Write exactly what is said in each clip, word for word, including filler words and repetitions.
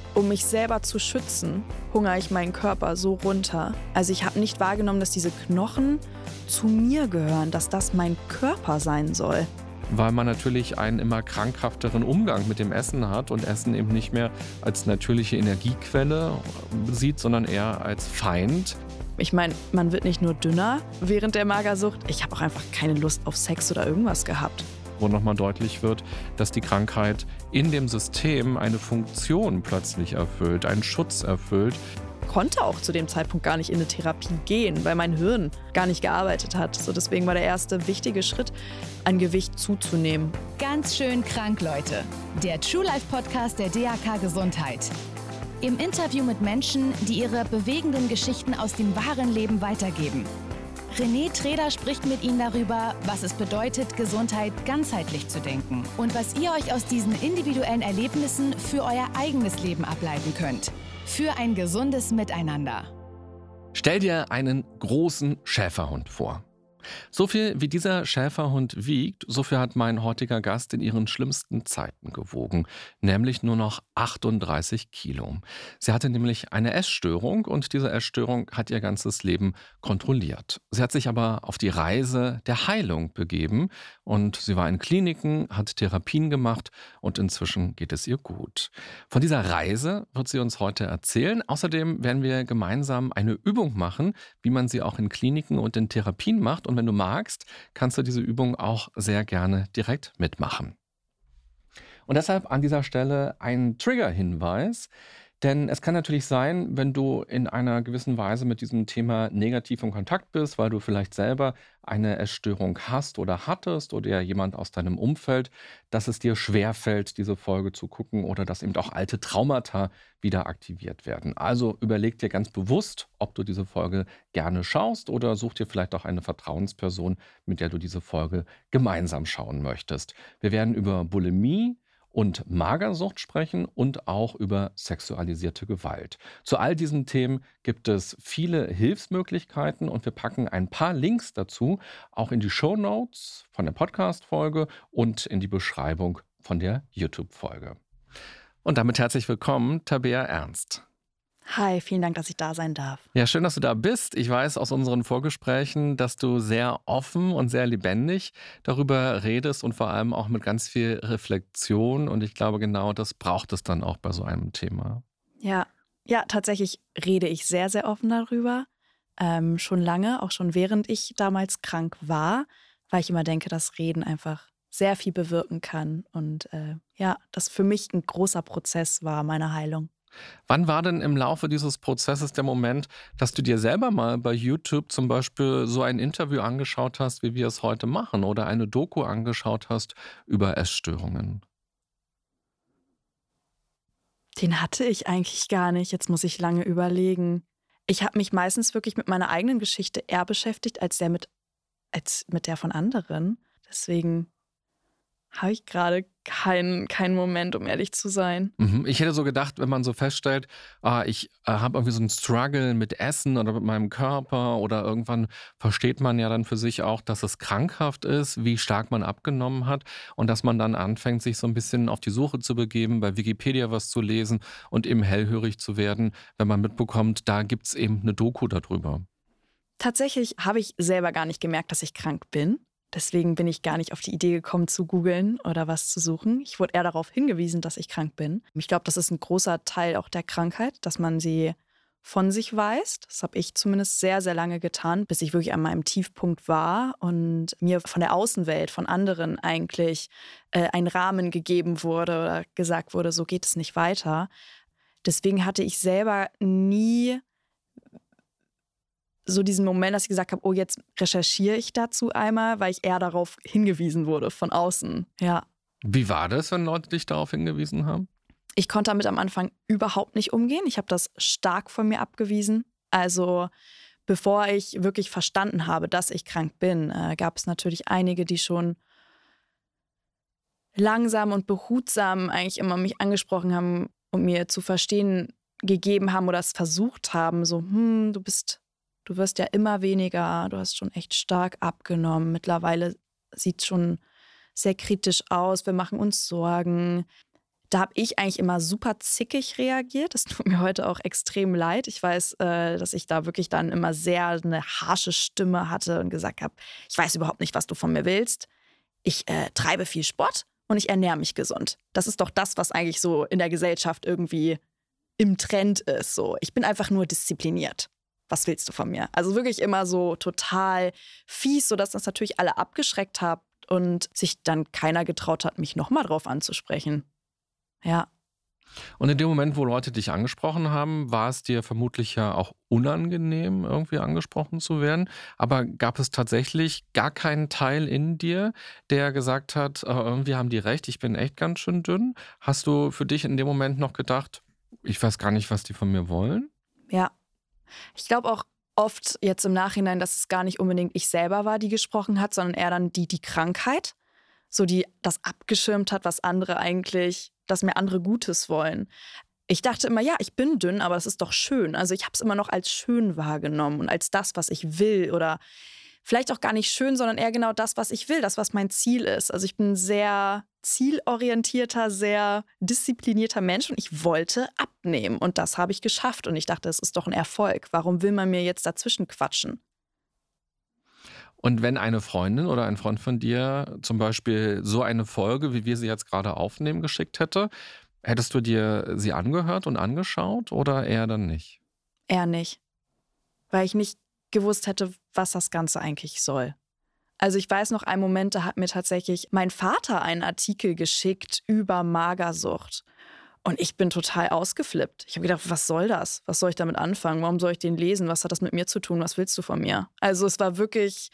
Um mich selber zu schützen, hungere ich meinen Körper so runter. Also ich habe nicht wahrgenommen, dass diese Knochen zu mir gehören, dass das mein Körper sein soll. Weil man natürlich einen immer krankhafteren Umgang mit dem Essen hat und Essen eben nicht mehr als natürliche Energiequelle sieht, sondern eher als Feind. Ich meine, man wird nicht nur dünner während der Magersucht, ich habe auch einfach keine Lust auf Sex oder irgendwas gehabt. Wo nochmal deutlich wird, dass die Krankheit in dem System eine Funktion plötzlich erfüllt, einen Schutz erfüllt. Ich konnte auch zu dem Zeitpunkt gar nicht in eine Therapie gehen, weil mein Hirn gar nicht gearbeitet hat. So deswegen war der erste wichtige Schritt, an Gewicht zuzunehmen. Ganz schön krank, Leute. Der True Life Podcast der D A K Gesundheit. Im Interview mit Menschen, die ihre bewegenden Geschichten aus dem wahren Leben weitergeben. René Treder spricht mit Ihnen darüber, was es bedeutet, Gesundheit ganzheitlich zu denken und was ihr euch aus diesen individuellen Erlebnissen für euer eigenes Leben ableiten könnt. Für ein gesundes Miteinander. Stell dir einen großen Schäferhund vor. So viel wie dieser Schäferhund wiegt, so viel hat mein heutiger Gast in ihren schlimmsten Zeiten gewogen, nämlich nur noch achtunddreißig Kilo. Sie hatte nämlich eine Essstörung und diese Essstörung hat ihr ganzes Leben kontrolliert. Sie hat sich aber auf die Reise der Heilung begeben und sie war in Kliniken, hat Therapien gemacht und inzwischen geht es ihr gut. Von dieser Reise wird sie uns heute erzählen. Außerdem werden wir gemeinsam eine Übung machen, wie man sie auch in Kliniken und in Therapien macht. Und wenn du magst, kannst du diese Übung auch sehr gerne direkt mitmachen. Und deshalb an dieser Stelle ein Trigger-Hinweis. Denn es kann natürlich sein, wenn du in einer gewissen Weise mit diesem Thema negativ in Kontakt bist, weil du vielleicht selber eine Essstörung hast oder hattest oder jemand aus deinem Umfeld, dass es dir schwerfällt, diese Folge zu gucken oder dass eben auch alte Traumata wieder aktiviert werden. Also überleg dir ganz bewusst, ob du diese Folge gerne schaust oder such dir vielleicht auch eine Vertrauensperson, mit der du diese Folge gemeinsam schauen möchtest. Wir werden über Bulimie und Magersucht sprechen und auch über sexualisierte Gewalt. Zu all diesen Themen gibt es viele Hilfsmöglichkeiten und wir packen ein paar Links dazu auch in die Shownotes von der Podcast-Folge und in die Beschreibung von der YouTube-Folge. Und damit herzlich willkommen, Tabea Ernst. Hi, vielen Dank, dass ich da sein darf. Ja, schön, dass du da bist. Ich weiß aus unseren Vorgesprächen, dass du sehr offen und sehr lebendig darüber redest und vor allem auch mit ganz viel Reflexion. Und ich glaube, genau das braucht es dann auch bei so einem Thema. Ja, ja, tatsächlich rede ich sehr, sehr offen darüber. Ähm, schon lange, auch schon während ich damals krank war, weil ich immer denke, dass Reden einfach sehr viel bewirken kann. Und äh, ja, das für mich ein großer Prozess war, meine Heilung. Wann war denn im Laufe dieses Prozesses der Moment, dass du dir selber mal bei YouTube zum Beispiel so ein Interview angeschaut hast, wie wir es heute machen, oder eine Doku angeschaut hast über Essstörungen? Den hatte ich eigentlich gar nicht. Jetzt muss ich lange überlegen. Ich habe mich meistens wirklich mit meiner eigenen Geschichte eher beschäftigt, als der mit, als mit der von anderen. Deswegen habe ich gerade keinen keinen Moment, um ehrlich zu sein. Mhm. Ich hätte so gedacht, wenn man so feststellt, ah, ich äh, habe irgendwie so einen Struggle mit Essen oder mit meinem Körper oder irgendwann versteht man ja dann für sich auch, dass es krankhaft ist, wie stark man abgenommen hat und dass man dann anfängt, sich so ein bisschen auf die Suche zu begeben, bei Wikipedia was zu lesen und eben hellhörig zu werden, wenn man mitbekommt, da gibt es eben eine Doku darüber. Tatsächlich habe ich selber gar nicht gemerkt, dass ich krank bin. Deswegen bin ich gar nicht auf die Idee gekommen, zu googeln oder was zu suchen. Ich wurde eher darauf hingewiesen, dass ich krank bin. Ich glaube, das ist ein großer Teil auch der Krankheit, dass man sie von sich weiß. Das habe ich zumindest sehr, sehr lange getan, bis ich wirklich an meinem Tiefpunkt war und mir von der Außenwelt, von anderen eigentlich äh, ein Rahmen gegeben wurde oder gesagt wurde, so geht es nicht weiter. Deswegen hatte ich selber nie so diesen Moment, dass ich gesagt habe, oh, jetzt recherchiere ich dazu einmal, weil ich eher darauf hingewiesen wurde von außen. Ja. Wie war das, wenn Leute dich darauf hingewiesen haben? Ich konnte damit am Anfang überhaupt nicht umgehen. Ich habe das stark von mir abgewiesen. Also bevor ich wirklich verstanden habe, dass ich krank bin, äh, gab es natürlich einige, die schon langsam und behutsam eigentlich immer mich angesprochen haben und mir zu verstehen gegeben haben oder es versucht haben, so, hm, du bist Du wirst ja immer weniger, du hast schon echt stark abgenommen. Mittlerweile sieht es schon sehr kritisch aus, wir machen uns Sorgen. Da habe ich eigentlich immer super zickig reagiert. Das tut mir heute auch extrem leid. Ich weiß, äh, dass ich da wirklich dann immer sehr eine harsche Stimme hatte und gesagt habe, ich weiß überhaupt nicht, was du von mir willst. Ich äh, treibe viel Sport und ich ernähre mich gesund. Das ist doch das, was eigentlich so in der Gesellschaft irgendwie im Trend ist. So, ich bin einfach nur diszipliniert. Was willst du von mir? Also wirklich immer so total fies, sodass das natürlich alle abgeschreckt hat und sich dann keiner getraut hat, mich nochmal drauf anzusprechen. Ja. Und in dem Moment, wo Leute dich angesprochen haben, war es dir vermutlich ja auch unangenehm, irgendwie angesprochen zu werden. Aber gab es tatsächlich gar keinen Teil in dir, der gesagt hat, äh, irgendwie haben die recht, ich bin echt ganz schön dünn? Hast du für dich in dem Moment noch gedacht, ich weiß gar nicht, was die von mir wollen? Ja. Ich glaube auch oft jetzt im Nachhinein, dass es gar nicht unbedingt ich selber war, die gesprochen hat, sondern eher dann die, die Krankheit, so die das abgeschirmt hat, was andere eigentlich, dass mir andere Gutes wollen. Ich dachte immer, ja, ich bin dünn, aber das ist doch schön. Also ich habe es immer noch als schön wahrgenommen und als das, was ich will oder vielleicht auch gar nicht schön, sondern eher genau das, was ich will, das, was mein Ziel ist. Also ich bin ein sehr zielorientierter, sehr disziplinierter Mensch und ich wollte abnehmen und das habe ich geschafft und ich dachte, es ist doch ein Erfolg. Warum will man mir jetzt dazwischen quatschen? Und wenn eine Freundin oder ein Freund von dir zum Beispiel so eine Folge, wie wir sie jetzt gerade aufnehmen, geschickt hätte, hättest du dir sie angehört und angeschaut oder eher dann nicht? Eher nicht, weil ich nicht gewusst hätte, was das Ganze eigentlich soll. Also ich weiß noch einen Moment, da hat mir tatsächlich mein Vater einen Artikel geschickt über Magersucht. Und ich bin total ausgeflippt. Ich habe gedacht, was soll das? Was soll ich damit anfangen? Warum soll ich den lesen? Was hat das mit mir zu tun? Was willst du von mir? Also es war wirklich,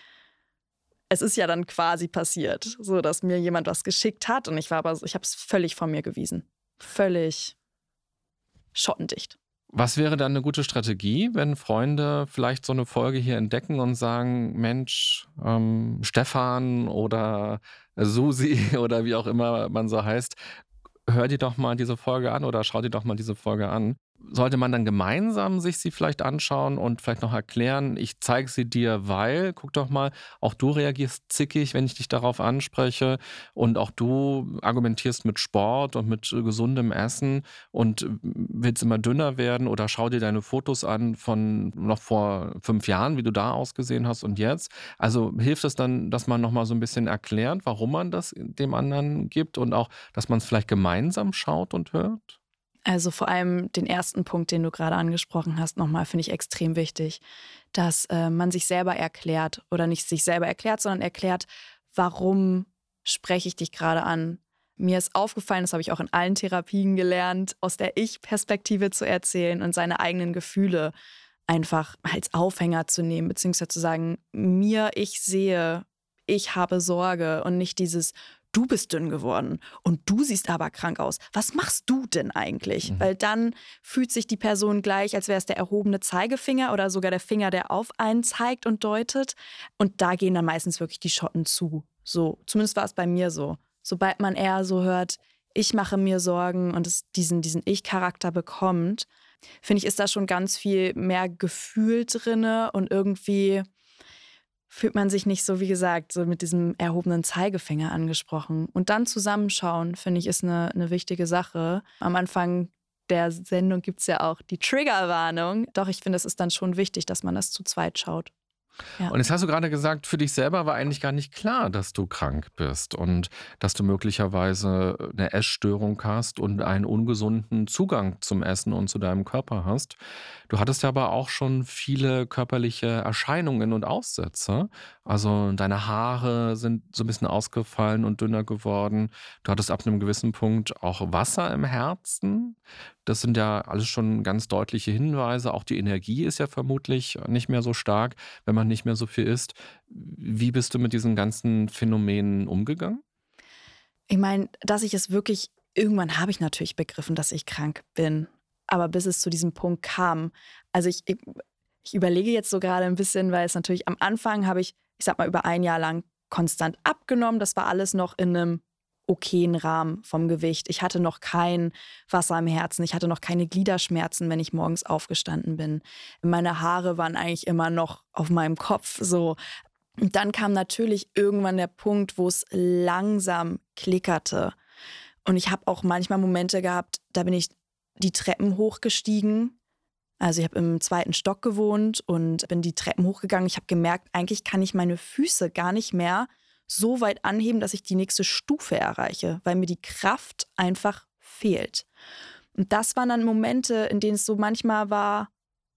es ist ja dann quasi passiert, so dass mir jemand was geschickt hat. Und ich war aber, ich habe es völlig von mir gewiesen. Völlig schottendicht. Was wäre dann eine gute Strategie, wenn Freunde vielleicht so eine Folge hier entdecken und sagen, Mensch, ähm, Stefan oder Susi oder wie auch immer man so heißt, hör dir doch mal diese Folge an oder schau dir doch mal diese Folge an. Sollte man dann gemeinsam sich sie vielleicht anschauen und vielleicht noch erklären, ich zeige sie dir, weil, guck doch mal, auch du reagierst zickig, wenn ich dich darauf anspreche und auch du argumentierst mit Sport und mit gesundem Essen und willst immer dünner werden oder schau dir deine Fotos an von noch vor fünf Jahren, wie du da ausgesehen hast und jetzt. Also hilft es dann, dass man nochmal so ein bisschen erklärt, warum man das dem anderen gibt und auch, dass man es vielleicht gemeinsam schaut und hört? Also vor allem den ersten Punkt, den du gerade angesprochen hast, nochmal finde ich extrem wichtig, dass äh, man sich selber erklärt oder nicht sich selber erklärt, sondern erklärt, warum spreche ich dich gerade an. Mir ist aufgefallen, das habe ich auch in allen Therapien gelernt, aus der Ich-Perspektive zu erzählen und seine eigenen Gefühle einfach als Aufhänger zu nehmen, beziehungsweise zu sagen, mir, ich sehe, ich habe Sorge und nicht dieses du bist dünn geworden und du siehst aber krank aus. Was machst du denn eigentlich? Mhm. Weil dann fühlt sich die Person gleich, als wäre es der erhobene Zeigefinger oder sogar der Finger, der auf einen zeigt und deutet. Und da gehen dann meistens wirklich die Schotten zu. So, zumindest war es bei mir so. Sobald man eher so hört, ich mache mir Sorgen und es diesen, diesen Ich-Charakter bekommt, finde ich, ist da schon ganz viel mehr Gefühl drinne und irgendwie fühlt man sich nicht so, wie gesagt, so mit diesem erhobenen Zeigefinger angesprochen. Und dann zusammenschauen, finde ich, ist eine, eine wichtige Sache. Am Anfang der Sendung gibt es ja auch die Triggerwarnung. Doch ich finde, es ist dann schon wichtig, dass man das zu zweit schaut. Ja. Und jetzt hast du gerade gesagt, für dich selber war eigentlich gar nicht klar, dass du krank bist und dass du möglicherweise eine Essstörung hast und einen ungesunden Zugang zum Essen und zu deinem Körper hast. Du hattest ja aber auch schon viele körperliche Erscheinungen und Aussätze. Also deine Haare sind so ein bisschen ausgefallen und dünner geworden. Du hattest ab einem gewissen Punkt auch Wasser im Herzen. Das sind ja alles schon ganz deutliche Hinweise. Auch die Energie ist ja vermutlich nicht mehr so stark, wenn man nicht mehr so viel isst. Wie bist du mit diesen ganzen Phänomenen umgegangen? Ich meine, dass ich es wirklich, irgendwann habe ich natürlich begriffen, dass ich krank bin. Aber bis es zu diesem Punkt kam, also ich, ich, ich überlege jetzt so gerade ein bisschen, weil es natürlich am Anfang habe ich, ich sag mal, über ein Jahr lang konstant abgenommen. Das war alles noch in einem okayen Rahmen vom Gewicht. Ich hatte noch kein Wasser im Herzen. Ich hatte noch keine Gliederschmerzen, wenn ich morgens aufgestanden bin. Meine Haare waren eigentlich immer noch auf meinem Kopf. So. Und dann kam natürlich irgendwann der Punkt, wo es langsam klickerte. Und ich habe auch manchmal Momente gehabt, da bin ich die Treppen hochgestiegen. Also ich habe im zweiten Stock gewohnt und bin die Treppen hochgegangen. Ich habe gemerkt, eigentlich kann ich meine Füße gar nicht mehr so weit anheben, dass ich die nächste Stufe erreiche, weil mir die Kraft einfach fehlt. Und das waren dann Momente, in denen es so manchmal war,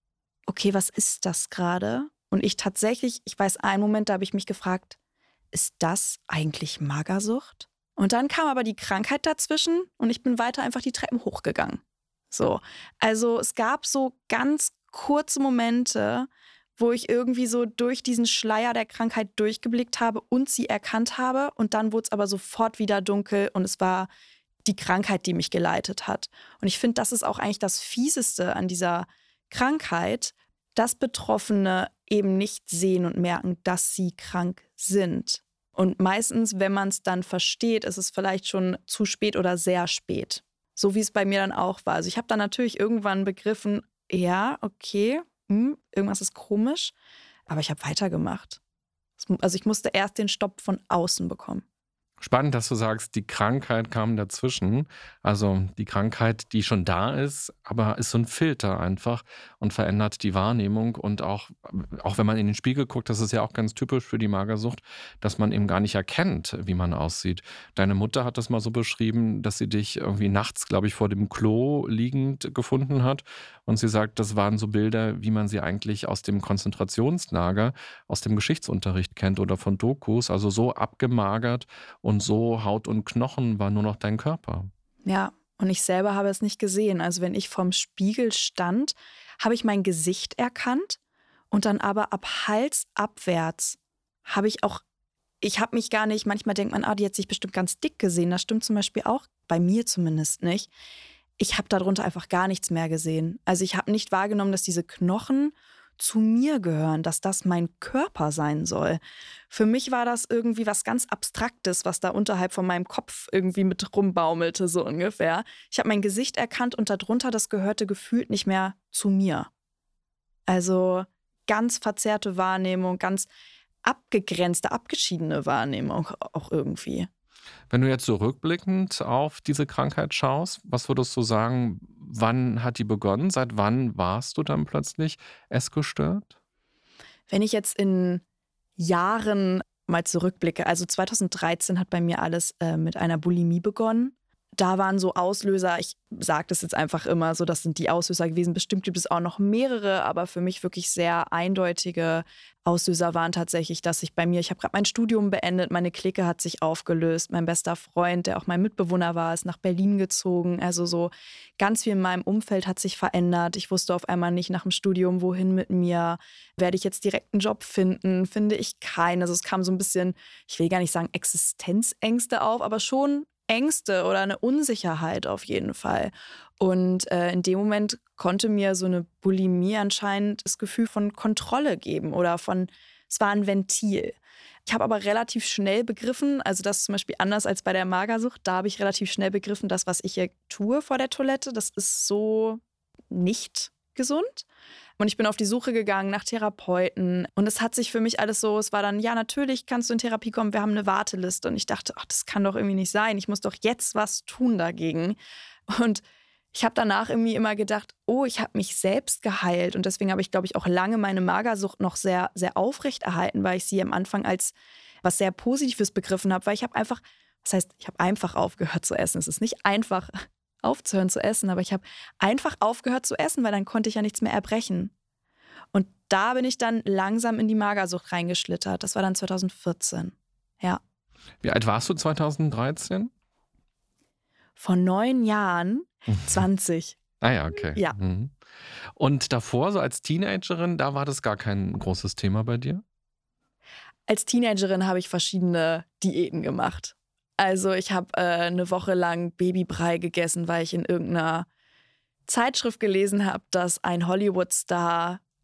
okay, was ist das gerade? Und ich tatsächlich, ich weiß, einen Moment, da habe ich mich gefragt, ist das eigentlich Magersucht? Und dann kam aber die Krankheit dazwischen und ich bin weiter einfach die Treppen hochgegangen. So, also es gab so ganz kurze Momente, wo ich irgendwie so durch diesen Schleier der Krankheit durchgeblickt habe und sie erkannt habe. Und dann wurde es aber sofort wieder dunkel und es war die Krankheit, die mich geleitet hat. Und ich finde, das ist auch eigentlich das Fieseste an dieser Krankheit, dass Betroffene eben nicht sehen und merken, dass sie krank sind. Und meistens, wenn man es dann versteht, ist es vielleicht schon zu spät oder sehr spät. So wie es bei mir dann auch war. Also ich habe dann natürlich irgendwann begriffen, ja, okay, hm, irgendwas ist komisch, aber ich habe weitergemacht. Also ich musste erst den Stopp von außen bekommen. Spannend, dass du sagst, die Krankheit kam dazwischen. Also die Krankheit, die schon da ist, aber ist so ein Filter einfach und verändert die Wahrnehmung. Und auch, auch wenn man in den Spiegel guckt, das ist ja auch ganz typisch für die Magersucht, dass man eben gar nicht erkennt, wie man aussieht. Deine Mutter hat das mal so beschrieben, dass sie dich irgendwie nachts, glaube ich, vor dem Klo liegend gefunden hat. Und sie sagt, das waren so Bilder, wie man sie eigentlich aus dem Konzentrationslager, aus dem Geschichtsunterricht kennt oder von Dokus. Also so abgemagert und so Haut und Knochen war nur noch dein Körper. Ja, und ich selber habe es nicht gesehen. Also wenn ich vorm Spiegel stand, habe ich mein Gesicht erkannt und dann aber ab Hals abwärts habe ich auch, ich habe mich gar nicht, manchmal denkt man, ah, die hat sich bestimmt ganz dick gesehen. Das stimmt zum Beispiel auch, bei mir zumindest nicht. Ich habe darunter einfach gar nichts mehr gesehen. Also ich habe nicht wahrgenommen, dass diese Knochen zu mir gehören, dass das mein Körper sein soll. Für mich war das irgendwie was ganz Abstraktes, was da unterhalb von meinem Kopf irgendwie mit rumbaumelte, so ungefähr. Ich habe mein Gesicht erkannt und darunter, das gehörte gefühlt nicht mehr zu mir. Also ganz verzerrte Wahrnehmung, ganz abgegrenzte, abgeschiedene Wahrnehmung auch irgendwie. Wenn du jetzt so rückblickend auf diese Krankheit schaust, was würdest du sagen, wann hat die begonnen? Seit wann warst du dann plötzlich essgestört? Wenn ich jetzt in Jahren mal zurückblicke, also zweitausenddreizehn hat bei mir alles äh, mit einer Bulimie begonnen. Da waren so Auslöser, ich sage das jetzt einfach immer so, das sind die Auslöser gewesen. Bestimmt gibt es auch noch mehrere, aber für mich wirklich sehr eindeutige Auslöser waren tatsächlich, dass ich bei mir, ich habe gerade mein Studium beendet, meine Clique hat sich aufgelöst, mein bester Freund, der auch mein Mitbewohner war, ist nach Berlin gezogen. Also so ganz viel in meinem Umfeld hat sich verändert. Ich wusste auf einmal nicht nach dem Studium, wohin mit mir. Werde ich jetzt direkt einen Job finden? Finde ich keinen. Also es kam so ein bisschen, ich will gar nicht sagen Existenzängste auf, aber schon Ängste oder eine Unsicherheit auf jeden Fall. Und äh, in dem Moment konnte mir so eine Bulimie anscheinend das Gefühl von Kontrolle geben oder von, es war ein Ventil. Ich habe aber relativ schnell begriffen, also das zum Beispiel anders als bei der Magersucht, da habe ich relativ schnell begriffen, das, was ich hier tue vor der Toilette, das ist so nicht gesund. Und ich bin auf die Suche gegangen nach Therapeuten. Und es hat sich für mich alles so, es war dann, ja, natürlich kannst du in Therapie kommen, wir haben eine Warteliste. Und ich dachte, ach, das kann doch irgendwie nicht sein. Ich muss doch jetzt was tun dagegen. Und ich habe danach irgendwie immer gedacht, oh, ich habe mich selbst geheilt. Und deswegen habe ich, glaube ich, auch lange meine Magersucht noch sehr, sehr aufrecht erhalten, weil ich sie am Anfang als was sehr Positives begriffen habe. Weil ich habe einfach, das heißt, ich habe einfach aufgehört zu essen. Es ist nicht einfach aufzuhören zu essen, aber ich habe einfach aufgehört zu essen, weil dann konnte ich ja nichts mehr erbrechen. Und da bin ich dann langsam in die Magersucht reingeschlittert. Das war dann zweitausendvierzehn. Ja. Wie alt warst du zweitausenddreizehn? Vor neun Jahren zwanzig. Ah ja, okay. Ja. Mhm. Und davor, so als Teenagerin, da war das gar kein großes Thema bei dir? Als Teenagerin habe ich verschiedene Diäten gemacht. Also ich habe äh, eine Woche lang Babybrei gegessen, weil ich in irgendeiner Zeitschrift gelesen habe, dass ein Hollywood-Star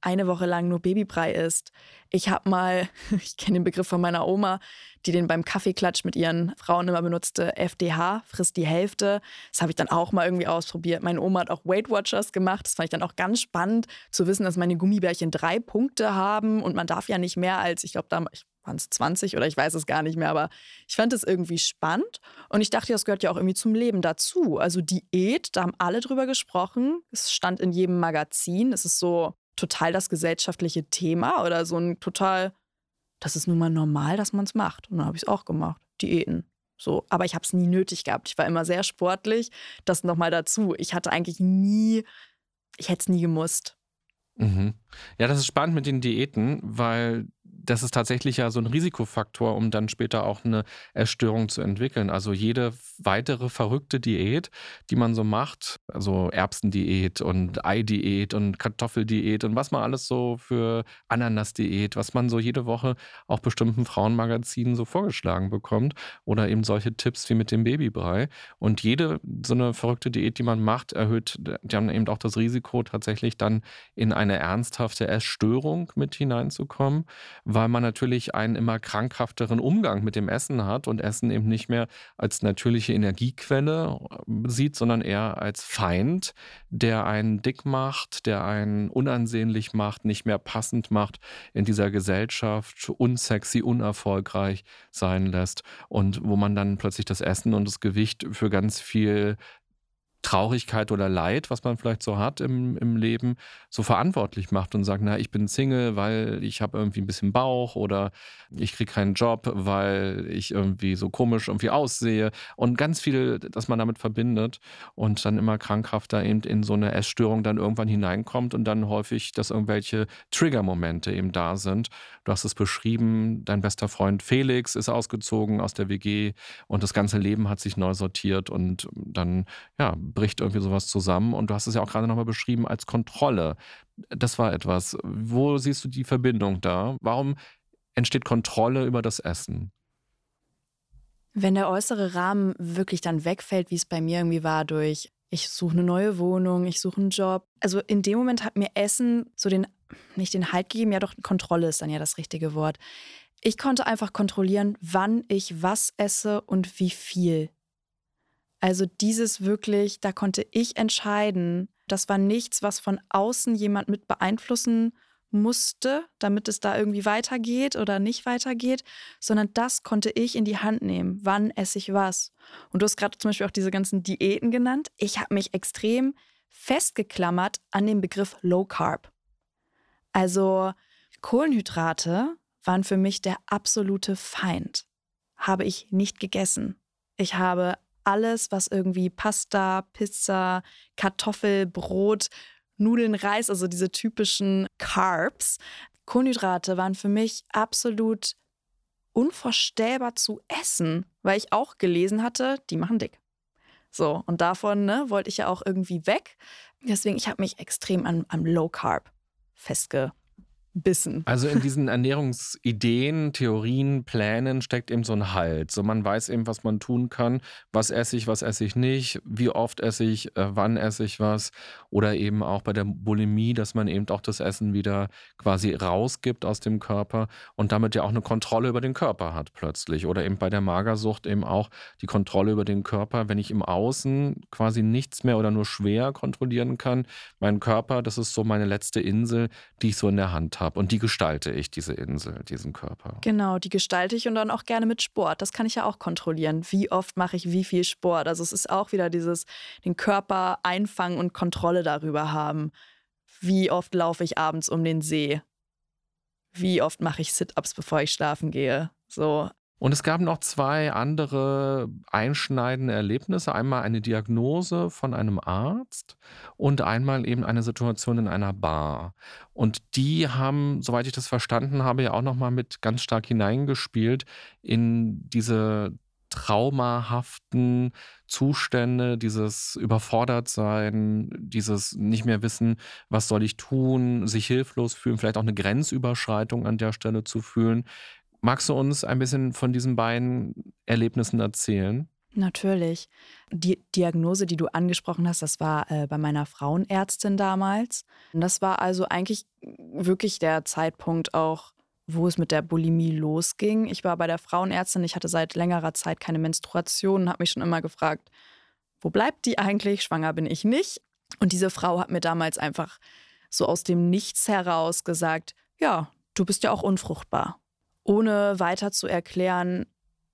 eine Woche lang nur Babybrei isst. Ich habe mal, ich kenne den Begriff von meiner Oma, die den beim Kaffeeklatsch mit ihren Frauen immer benutzte, F D H, frisst die Hälfte. Das habe ich dann auch mal irgendwie ausprobiert. Meine Oma hat auch Weight Watchers gemacht. Das fand ich dann auch ganz spannend, zu wissen, dass meine Gummibärchen drei Punkte haben und man darf ja nicht mehr als, ich glaube, da waren es zwanzig oder ich weiß es gar nicht mehr, aber ich fand es irgendwie spannend und ich dachte, das gehört ja auch irgendwie zum Leben dazu. Also Diät, da haben alle drüber gesprochen. Es stand in jedem Magazin. Es ist so total das gesellschaftliche Thema oder so ein total, das ist nun mal normal, dass man es macht. Und dann habe ich es auch gemacht, Diäten. So, aber ich habe es nie nötig gehabt. Ich war immer sehr sportlich. Das nochmal dazu. Ich hatte eigentlich nie, ich hätte es nie gemusst. Mhm. Ja, das ist spannend mit den Diäten, weil das ist tatsächlich ja so ein Risikofaktor, um dann später auch eine Essstörung zu entwickeln. Also jede weitere verrückte Diät, die man so macht, also Erbsendiät und Eidiät und Kartoffeldiät und was man alles so für Ananasdiät, was man so jede Woche auch bestimmten Frauenmagazinen so vorgeschlagen bekommt oder eben solche Tipps wie mit dem Babybrei. Und jede so eine verrückte Diät, die man macht, erhöht dann eben auch das Risiko, tatsächlich dann in eine ernsthafte Essstörung mit hineinzukommen, weil man natürlich einen immer krankhafteren Umgang mit dem Essen hat und Essen eben nicht mehr als natürliche Energiequelle sieht, sondern eher als Feind, der einen dick macht, der einen unansehnlich macht, nicht mehr passend macht in dieser Gesellschaft, unsexy, unerfolgreich sein lässt und wo man dann plötzlich das Essen und das Gewicht für ganz viel Traurigkeit oder Leid, was man vielleicht so hat im, im Leben, so verantwortlich macht und sagt, na, ich bin Single, weil ich habe irgendwie ein bisschen Bauch oder ich kriege keinen Job, weil ich irgendwie so komisch irgendwie aussehe und ganz viel, das man damit verbindet und dann immer krankhafter eben in so eine Essstörung dann irgendwann hineinkommt und dann häufig, dass irgendwelche Triggermomente eben da sind. Du hast es beschrieben, dein bester Freund Felix ist ausgezogen aus der W G und das ganze Leben hat sich neu sortiert und dann, ja, bricht irgendwie sowas zusammen. Und du hast es ja auch gerade nochmal beschrieben als Kontrolle. Das war etwas. Wo siehst du die Verbindung da? Warum entsteht Kontrolle über das Essen? Wenn der äußere Rahmen wirklich dann wegfällt, wie es bei mir irgendwie war, durch ich suche eine neue Wohnung, ich suche einen Job. Also in dem Moment hat mir Essen so den, nicht den Halt gegeben, ja doch, Kontrolle ist dann ja das richtige Wort. Ich konnte einfach kontrollieren, wann ich was esse und wie viel. Also dieses wirklich, da konnte ich entscheiden, das war nichts, was von außen jemand mit beeinflussen musste, damit es da irgendwie weitergeht oder nicht weitergeht, sondern das konnte ich in die Hand nehmen. Wann esse ich was? Und du hast gerade zum Beispiel auch diese ganzen Diäten genannt. Ich habe mich extrem festgeklammert an den Begriff Low Carb. Also Kohlenhydrate waren für mich der absolute Feind. Habe ich nicht gegessen. Ich habe alles, was irgendwie Pasta, Pizza, Kartoffel, Brot, Nudeln, Reis, also diese typischen Carbs. Kohlenhydrate waren für mich absolut unvorstellbar zu essen, weil ich auch gelesen hatte, die machen dick. So, und davon ne, wollte ich ja auch irgendwie weg. Deswegen, ich habe mich extrem an, am Low Carb festgebissen. Also in diesen Ernährungsideen, Theorien, Plänen steckt eben so ein Halt. So man weiß eben, was man tun kann. Was esse ich, was esse ich nicht, wie oft esse ich, äh, wann esse ich was. Oder eben auch bei der Bulimie, dass man eben auch das Essen wieder quasi rausgibt aus dem Körper und damit ja auch eine Kontrolle über den Körper hat plötzlich. Oder eben bei der Magersucht eben auch die Kontrolle über den Körper. Wenn ich im Außen quasi nichts mehr oder nur schwer kontrollieren kann, mein Körper, das ist so meine letzte Insel, die ich so in der Hand habe. Und die gestalte ich, diese Insel, diesen Körper. Genau, die gestalte ich und dann auch gerne mit Sport. Das kann ich ja auch kontrollieren. Wie oft mache ich wie viel Sport? Also es ist auch wieder dieses, den Körper einfangen und Kontrolle darüber haben. Wie oft laufe ich abends um den See? Wie oft mache ich Sit-Ups, bevor ich schlafen gehe? So. Und es gab noch zwei andere einschneidende Erlebnisse. Einmal eine Diagnose von einem Arzt und einmal eben eine Situation in einer Bar. Und die haben, soweit ich das verstanden habe, ja auch nochmal mit ganz stark hineingespielt in diese traumahaften Zustände, dieses Überfordertsein, dieses nicht mehr wissen, was soll ich tun, sich hilflos fühlen, vielleicht auch eine Grenzüberschreitung an der Stelle zu fühlen. Magst du uns ein bisschen von diesen beiden Erlebnissen erzählen? Natürlich. Die Diagnose, die du angesprochen hast, das war äh, bei meiner Frauenärztin damals. Und das war also eigentlich wirklich der Zeitpunkt auch, wo es mit der Bulimie losging. Ich war bei der Frauenärztin, ich hatte seit längerer Zeit keine Menstruation und habe mich schon immer gefragt, wo bleibt die eigentlich? Schwanger bin ich nicht. Und diese Frau hat mir damals einfach so aus dem Nichts heraus gesagt, ja, du bist ja auch unfruchtbar. Ohne weiter zu erklären,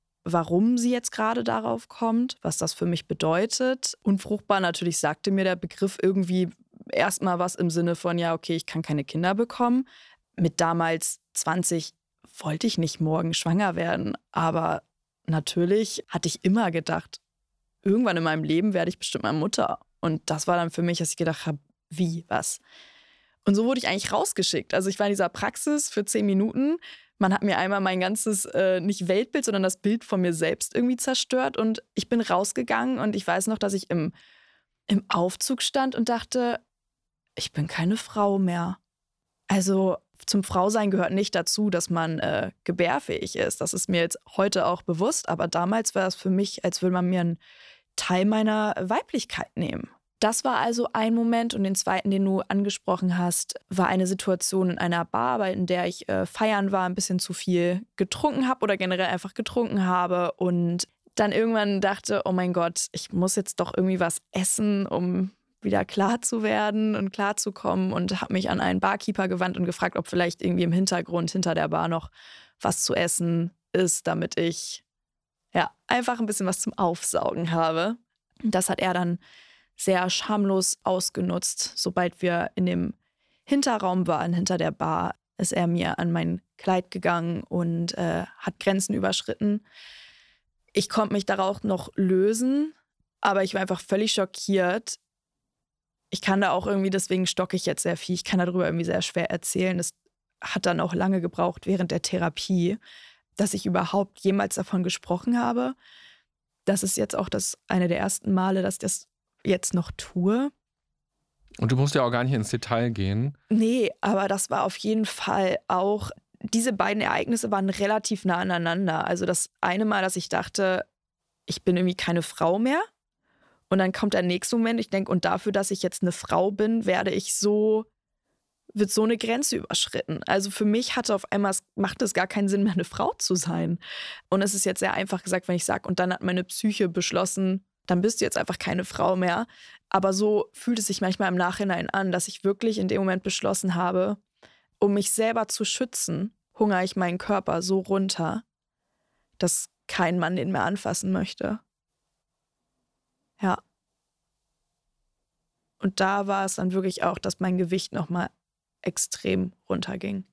warum sie jetzt gerade darauf kommt, was das für mich bedeutet. Unfruchtbar, natürlich sagte mir der Begriff irgendwie erstmal was im Sinne von, ja, okay, ich kann keine Kinder bekommen. Mit damals zwanzig wollte ich nicht morgen schwanger werden, aber natürlich hatte ich immer gedacht, irgendwann in meinem Leben werde ich bestimmt mal Mutter. Und das war dann für mich, dass ich gedacht habe, wie, was? Und so wurde ich eigentlich rausgeschickt. Also ich war in dieser Praxis für zehn Minuten. Man hat mir einmal mein ganzes, äh, nicht Weltbild, sondern das Bild von mir selbst irgendwie zerstört. Und ich bin rausgegangen und ich weiß noch, dass ich im, im Aufzug stand und dachte, ich bin keine Frau mehr. Also zum Frausein gehört nicht dazu, dass man äh, gebärfähig ist. Das ist mir jetzt heute auch bewusst. Aber damals war es für mich, als würde man mir einen Teil meiner Weiblichkeit nehmen. Das war also ein Moment, und den zweiten, den du angesprochen hast, war eine Situation in einer Bar, in der ich äh, feiern war, ein bisschen zu viel getrunken habe oder generell einfach getrunken habe und dann irgendwann dachte, oh mein Gott, ich muss jetzt doch irgendwie was essen, um wieder klar zu werden und klar zu kommen, und habe mich an einen Barkeeper gewandt und gefragt, ob vielleicht irgendwie im Hintergrund hinter der Bar noch was zu essen ist, damit ich ja einfach ein bisschen was zum Aufsaugen habe. Das hat er dann sehr schamlos ausgenutzt. Sobald wir in dem Hinterraum waren, hinter der Bar, ist er mir an mein Kleid gegangen und äh, hat Grenzen überschritten. Ich konnte mich darauf noch lösen, aber ich war einfach völlig schockiert. Ich kann da auch irgendwie, deswegen stocke ich jetzt sehr viel, ich kann darüber irgendwie sehr schwer erzählen. Das hat dann auch lange gebraucht während der Therapie, dass ich überhaupt jemals davon gesprochen habe. Das ist jetzt auch das eine der ersten Male, dass ich das jetzt noch tue. Und du musst ja auch gar nicht ins Detail gehen. Nee, aber das war auf jeden Fall auch, diese beiden Ereignisse waren relativ nah aneinander. Also das eine Mal, dass ich dachte, ich bin irgendwie keine Frau mehr. Und dann kommt der nächste Moment, ich denke, und dafür, dass ich jetzt eine Frau bin, werde ich so, wird so eine Grenze überschritten. Also für mich hatte auf einmal, macht es gar keinen Sinn mehr, eine Frau zu sein. Und es ist jetzt sehr einfach gesagt, wenn ich sage, und dann hat meine Psyche beschlossen, dann bist du jetzt einfach keine Frau mehr. Aber so fühlt es sich manchmal im Nachhinein an, dass ich wirklich in dem Moment beschlossen habe, um mich selber zu schützen, hungere ich meinen Körper so runter, dass kein Mann den mehr anfassen möchte. Ja. Und da war es dann wirklich auch, dass mein Gewicht nochmal extrem runterging.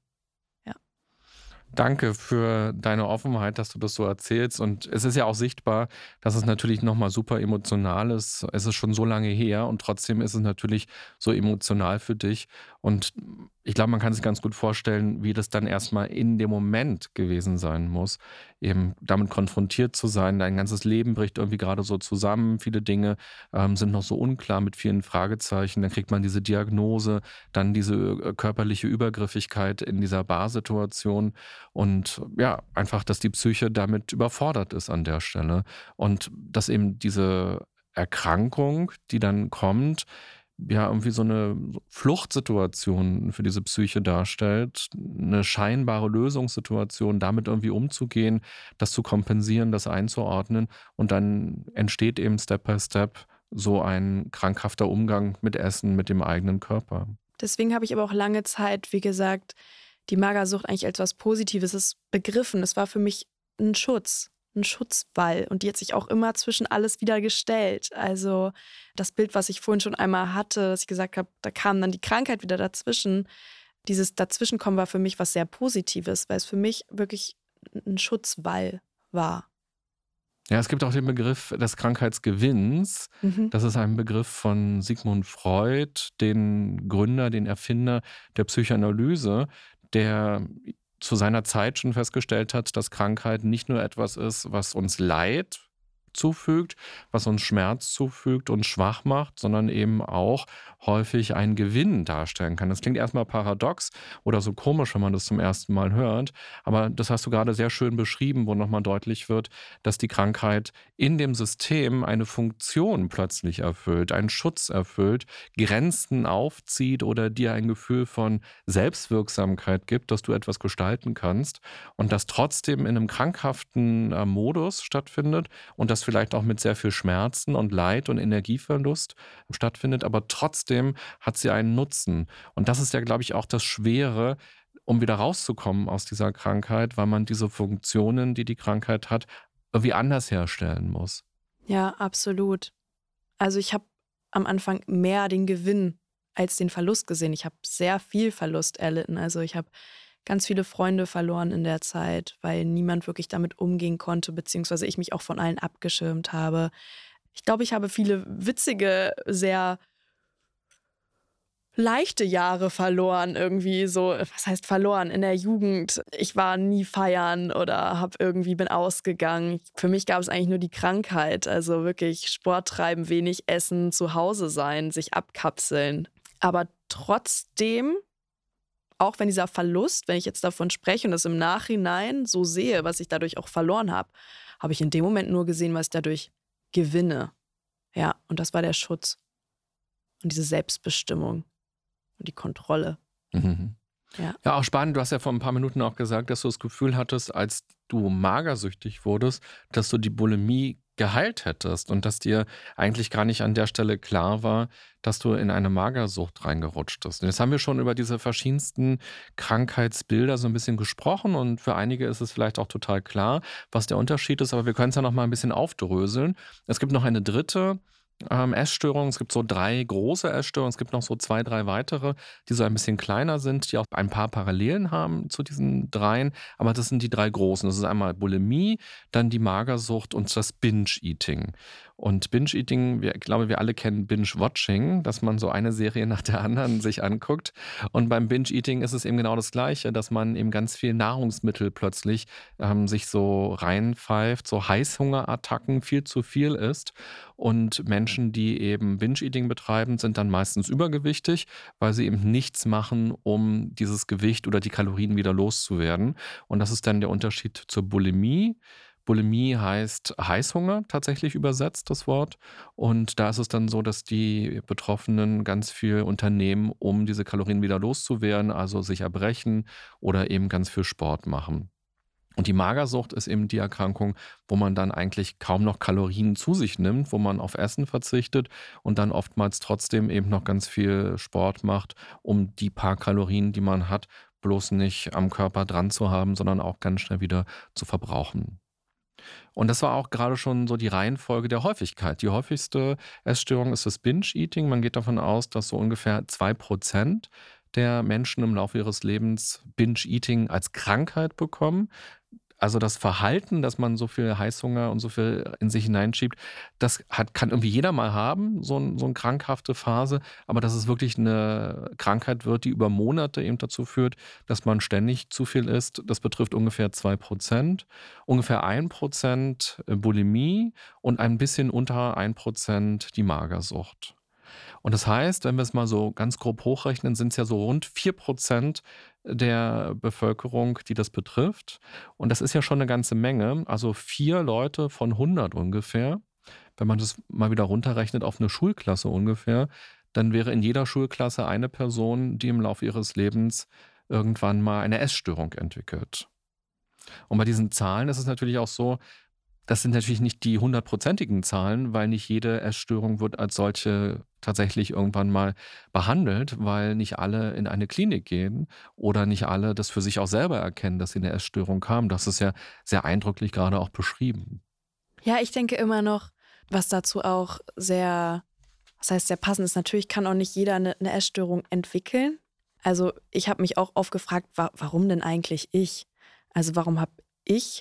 Danke für deine Offenheit, dass du das so erzählst. Und es ist ja auch sichtbar, dass es natürlich nochmal super emotional ist. Es ist schon so lange her und trotzdem ist es natürlich so emotional für dich. Und ich glaube, man kann sich ganz gut vorstellen, wie das dann erstmal in dem Moment gewesen sein muss, eben damit konfrontiert zu sein. Dein ganzes Leben bricht irgendwie gerade so zusammen. Viele Dinge ähm, sind noch so unklar mit vielen Fragezeichen. Dann kriegt man diese Diagnose, dann diese äh, körperliche Übergriffigkeit in dieser Barsituation. Und ja, einfach, dass die Psyche damit überfordert ist an der Stelle. Und dass eben diese Erkrankung, die dann kommt, ja irgendwie so eine Fluchtsituation für diese Psyche darstellt, eine scheinbare Lösungssituation, damit irgendwie umzugehen, das zu kompensieren, das einzuordnen, und dann entsteht eben Step by Step so ein krankhafter Umgang mit Essen, mit dem eigenen Körper. Deswegen habe ich aber auch lange Zeit, wie gesagt, die Magersucht eigentlich als was Positives begriffen. Es war für mich ein Schutz. Ein Schutzwall, und die hat sich auch immer zwischen alles wieder gestellt. Also das Bild, was ich vorhin schon einmal hatte, dass ich gesagt habe, da kam dann die Krankheit wieder dazwischen. Dieses Dazwischenkommen war für mich was sehr Positives, weil es für mich wirklich ein Schutzwall war. Ja, es gibt auch den Begriff des Krankheitsgewinns. Mhm. Das ist ein Begriff von Sigmund Freud, den Gründer, den Erfinder der Psychoanalyse, der zu seiner Zeit schon festgestellt hat, dass Krankheit nicht nur etwas ist, was uns Leid zufügt, was uns Schmerz zufügt und schwach macht, sondern eben auch häufig einen Gewinn darstellen kann. Das klingt erstmal paradox oder so komisch, wenn man das zum ersten Mal hört, aber das hast du gerade sehr schön beschrieben, wo nochmal deutlich wird, dass die Krankheit in dem System eine Funktion plötzlich erfüllt, einen Schutz erfüllt, Grenzen aufzieht oder dir ein Gefühl von Selbstwirksamkeit gibt, dass du etwas gestalten kannst und das trotzdem in einem krankhaften äh, Modus stattfindet und das vielleicht auch mit sehr viel Schmerzen und Leid und Energieverlust stattfindet, aber trotzdem hat sie einen Nutzen. Und das ist ja, glaube ich, auch das Schwere, um wieder rauszukommen aus dieser Krankheit, weil man diese Funktionen, die die Krankheit hat, irgendwie anders herstellen muss. Ja, absolut. Also ich habe am Anfang mehr den Gewinn als den Verlust gesehen. Ich habe sehr viel Verlust erlitten. Also ich habe ganz viele Freunde verloren in der Zeit, weil niemand wirklich damit umgehen konnte, beziehungsweise ich mich auch von allen abgeschirmt habe. Ich glaube, ich habe viele witzige, sehr leichte Jahre verloren irgendwie so, was heißt verloren, in der Jugend. Ich war nie feiern oder hab irgendwie bin ausgegangen. Für mich gab es eigentlich nur die Krankheit, also wirklich Sport treiben, wenig essen, zu Hause sein, sich abkapseln. Aber trotzdem, auch wenn dieser Verlust, wenn ich jetzt davon spreche und das im Nachhinein so sehe, was ich dadurch auch verloren habe, habe ich in dem Moment nur gesehen, was ich dadurch gewinne. Ja, und das war der Schutz und diese Selbstbestimmung. Und die Kontrolle. Mhm. Ja. Ja, auch spannend. Du hast ja vor ein paar Minuten auch gesagt, dass du das Gefühl hattest, als du magersüchtig wurdest, dass du die Bulimie geheilt hättest und dass dir eigentlich gar nicht an der Stelle klar war, dass du in eine Magersucht reingerutscht bist. Und jetzt haben wir schon über diese verschiedensten Krankheitsbilder so ein bisschen gesprochen und für einige ist es vielleicht auch total klar, was der Unterschied ist, aber wir können es ja noch mal ein bisschen aufdröseln. Es gibt noch eine dritte ähm, Essstörung. Es gibt so drei große Essstörungen. Es gibt noch so zwei, drei weitere, die so ein bisschen kleiner sind, die auch ein paar Parallelen haben zu diesen dreien. Aber das sind die drei großen. Das ist einmal Bulimie, dann die Magersucht und das Binge-Eating. Und Binge-Eating, wir, ich glaube, wir alle kennen Binge-Watching, dass man so eine Serie nach der anderen sich anguckt. Und beim Binge-Eating ist es eben genau das Gleiche, dass man eben ganz viel Nahrungsmittel plötzlich ähm, sich so reinpfeift, so Heißhungerattacken, viel zu viel isst. Und Menschen, die eben Binge-Eating betreiben, sind dann meistens übergewichtig, weil sie eben nichts machen, um dieses Gewicht oder die Kalorien wieder loszuwerden. Und das ist dann der Unterschied zur Bulimie. Bulimie heißt Heißhunger, tatsächlich übersetzt das Wort. Und da ist es dann so, dass die Betroffenen ganz viel unternehmen, um diese Kalorien wieder loszuwerden, also sich erbrechen oder eben ganz viel Sport machen. Und die Magersucht ist eben die Erkrankung, wo man dann eigentlich kaum noch Kalorien zu sich nimmt, wo man auf Essen verzichtet und dann oftmals trotzdem eben noch ganz viel Sport macht, um die paar Kalorien, die man hat, bloß nicht am Körper dran zu haben, sondern auch ganz schnell wieder zu verbrauchen. Und das war auch gerade schon so die Reihenfolge der Häufigkeit. Die häufigste Essstörung ist das Binge-Eating. Man geht davon aus, dass so ungefähr zwei Prozent der Menschen im Laufe ihres Lebens Binge-Eating als Krankheit bekommen. Also das Verhalten, dass man so viel Heißhunger und so viel in sich hineinschiebt, das hat, kann irgendwie jeder mal haben, so, ein, so eine krankhafte Phase. Aber dass es wirklich eine Krankheit wird, die über Monate eben dazu führt, dass man ständig zu viel isst, das betrifft ungefähr zwei Prozent. Ungefähr ein Prozent Bulimie und ein bisschen unter ein Prozent die Magersucht. Und das heißt, wenn wir es mal so ganz grob hochrechnen, sind es ja so rund vier Prozent der Bevölkerung, die das betrifft. Und das ist ja schon eine ganze Menge. Also vier Leute von hundert ungefähr. Wenn man das mal wieder runterrechnet auf eine Schulklasse ungefähr, dann wäre in jeder Schulklasse eine Person, die im Laufe ihres Lebens irgendwann mal eine Essstörung entwickelt. Und bei diesen Zahlen ist es natürlich auch so, das sind natürlich nicht die hundertprozentigen Zahlen, weil nicht jede Essstörung wird als solche tatsächlich irgendwann mal behandelt, weil nicht alle in eine Klinik gehen oder nicht alle das für sich auch selber erkennen, dass sie eine Essstörung haben. Das ist ja sehr eindrücklich gerade auch beschrieben. Ja, ich denke immer noch, was dazu auch sehr, was heißt sehr passend ist, natürlich kann auch nicht jeder eine, eine Essstörung entwickeln. Also ich habe mich auch oft gefragt, wa- warum denn eigentlich ich? Also warum habe ich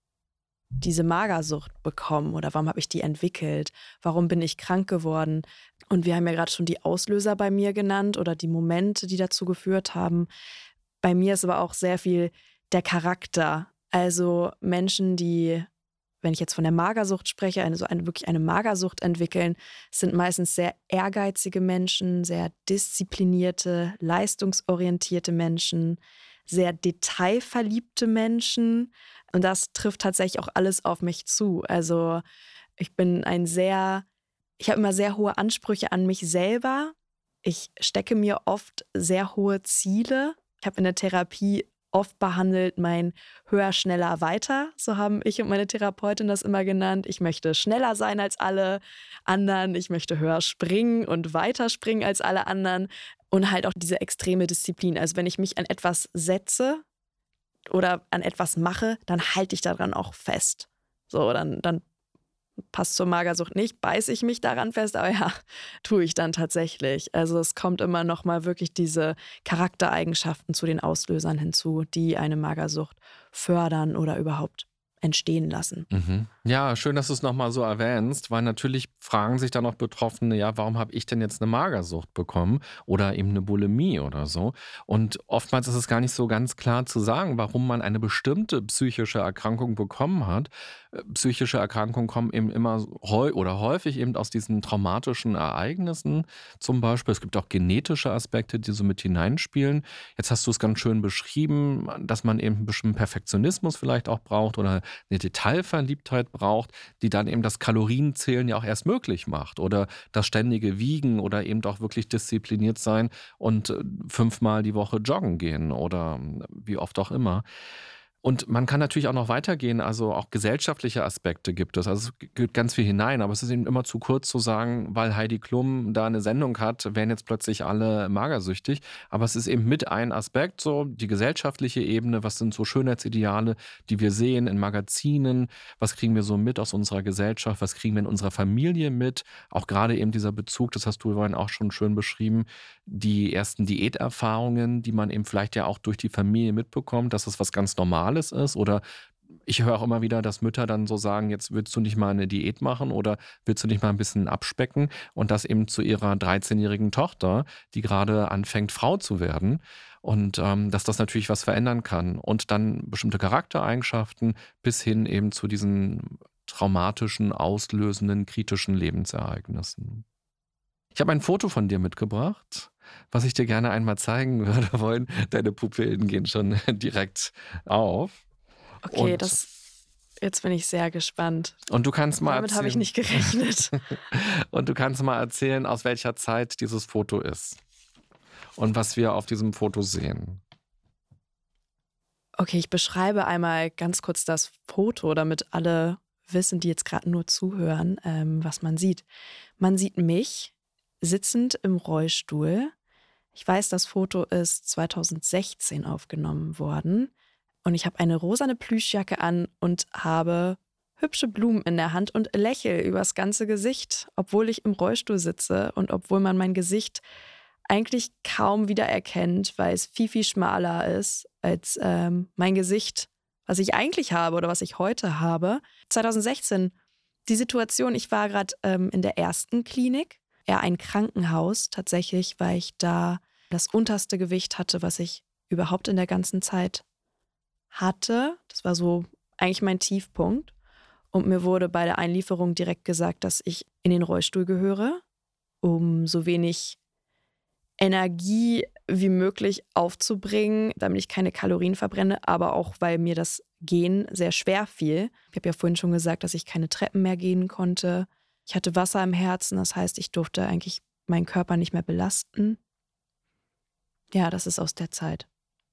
diese Magersucht bekommen oder warum habe ich die entwickelt? Warum bin ich krank geworden? Und wir haben ja gerade schon die Auslöser bei mir genannt oder die Momente, die dazu geführt haben. Bei mir ist aber auch sehr viel der Charakter. Also Menschen, die, wenn ich jetzt von der Magersucht spreche, eine, so eine, wirklich eine Magersucht entwickeln, sind meistens sehr ehrgeizige Menschen, sehr disziplinierte, leistungsorientierte Menschen, sehr detailverliebte Menschen. Und das trifft tatsächlich auch alles auf mich zu. Also ich bin ein sehr, ich habe immer sehr hohe Ansprüche an mich selber. Ich stecke mir oft sehr hohe Ziele. Ich habe in der Therapie oft behandelt mein höher, schneller, weiter. So haben ich und meine Therapeutin das immer genannt. Ich möchte schneller sein als alle anderen. Ich möchte höher springen und weiter springen als alle anderen. Und halt auch diese extreme Disziplin. Also wenn ich mich an etwas setze oder an etwas mache, dann halte ich daran auch fest. So, dann, dann passt zur Magersucht nicht, beiße ich mich daran fest, aber ja, tue ich dann tatsächlich. Also es kommt immer noch mal wirklich diese Charaktereigenschaften zu den Auslösern hinzu, die eine Magersucht fördern oder überhaupt entstehen lassen. Mhm. Ja, schön, dass du es nochmal so erwähnst, weil natürlich fragen sich dann auch Betroffene, ja, warum habe ich denn jetzt eine Magersucht bekommen oder eben eine Bulimie oder so? Und oftmals ist es gar nicht so ganz klar zu sagen, warum man eine bestimmte psychische Erkrankung bekommen hat. Äh, Psychische Erkrankungen kommen eben immer häu oder häufig eben aus diesen traumatischen Ereignissen zum Beispiel. Es gibt auch genetische Aspekte, die so mit hineinspielen. Jetzt hast du es ganz schön beschrieben, dass man eben einen bestimmten Perfektionismus vielleicht auch braucht oder eine Detailverliebtheit braucht, die dann eben das Kalorienzählen ja auch erst möglich macht oder das ständige Wiegen oder eben auch wirklich diszipliniert sein und äh, fünfmal die Woche joggen gehen oder äh, wie oft auch immer. Und man kann natürlich auch noch weitergehen, also auch gesellschaftliche Aspekte gibt es. Also es geht ganz viel hinein, aber es ist eben immer zu kurz zu sagen, weil Heidi Klum da eine Sendung hat, werden jetzt plötzlich alle magersüchtig. Aber es ist eben mit ein Aspekt, so die gesellschaftliche Ebene, was sind so Schönheitsideale, die wir sehen in Magazinen, was kriegen wir so mit aus unserer Gesellschaft, was kriegen wir in unserer Familie mit. Auch gerade eben dieser Bezug, das hast du vorhin auch schon schön beschrieben, die ersten Diäterfahrungen, die man eben vielleicht ja auch durch die Familie mitbekommt, dass das was ganz Normales ist. Oder ich höre auch immer wieder, dass Mütter dann so sagen, jetzt willst du nicht mal eine Diät machen oder willst du nicht mal ein bisschen abspecken und das eben zu ihrer dreizehnjährigen Tochter, die gerade anfängt, Frau zu werden. Und ähm, dass das natürlich was verändern kann. Und dann bestimmte Charaktereigenschaften bis hin eben zu diesen traumatischen, auslösenden, kritischen Lebensereignissen. Ich habe ein Foto von dir mitgebracht, was ich dir gerne einmal zeigen würde wollen. Deine Pupillen gehen schon direkt auf. Okay, Und, das jetzt bin ich sehr gespannt. und du kannst mal Damit habe ich erzählen, nicht gerechnet. und du kannst mal erzählen, aus welcher Zeit dieses Foto ist und was wir auf diesem Foto sehen. Okay, ich beschreibe einmal ganz kurz das Foto, damit alle wissen, die jetzt gerade nur zuhören, ähm, was man sieht. Man sieht mich sitzend im Rollstuhl. Ich weiß, das Foto ist zweitausendsechzehn aufgenommen worden. Und ich habe eine rosane Plüschjacke an und habe hübsche Blumen in der Hand und lächle übers ganze Gesicht, obwohl ich im Rollstuhl sitze und obwohl man mein Gesicht eigentlich kaum wiedererkennt, weil es viel, viel schmaler ist als ähm, mein Gesicht, was ich eigentlich habe oder was ich heute habe. zweitausendsechzehn, die Situation, ich war gerade ähm, in der ersten Klinik, eher ein Krankenhaus tatsächlich, weil ich da das unterste Gewicht hatte, was ich überhaupt in der ganzen Zeit hatte. Das war so eigentlich mein Tiefpunkt. Und mir wurde bei der Einlieferung direkt gesagt, dass ich in den Rollstuhl gehöre, um so wenig Energie wie möglich aufzubringen, damit ich keine Kalorien verbrenne, aber auch, weil mir das Gehen sehr schwer fiel. Ich habe ja vorhin schon gesagt, dass ich keine Treppen mehr gehen konnte. Ich hatte Wasser im Herzen, das heißt, ich durfte eigentlich meinen Körper nicht mehr belasten. Ja, das ist aus der Zeit.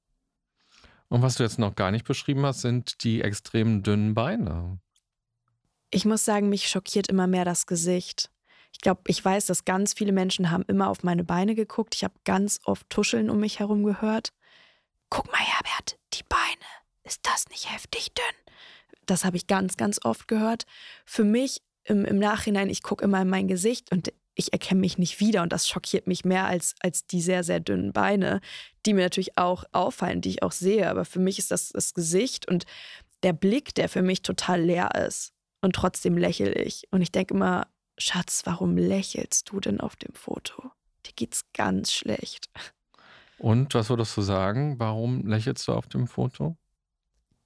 Und was du jetzt noch gar nicht beschrieben hast, sind die extrem dünnen Beine. Ich muss sagen, mich schockiert immer mehr das Gesicht. Ich glaube, ich weiß, dass ganz viele Menschen haben immer auf meine Beine geguckt. Ich habe ganz oft Tuscheln um mich herum gehört. Guck mal, Herbert, die Beine. Ist das nicht heftig dünn? Das habe ich ganz, ganz oft gehört. Für mich im, im Nachhinein, ich gucke immer in mein Gesicht und ich erkenne mich nicht wieder. Und das schockiert mich mehr als, als die sehr, sehr dünnen Beine, die mir natürlich auch auffallen, die ich auch sehe. Aber für mich ist das das Gesicht und der Blick, der für mich total leer ist. Und trotzdem lächle ich. Und ich denke immer, Schatz, warum lächelst du denn auf dem Foto? Dir geht's ganz schlecht. Und was würdest du sagen? Warum lächelst du auf dem Foto?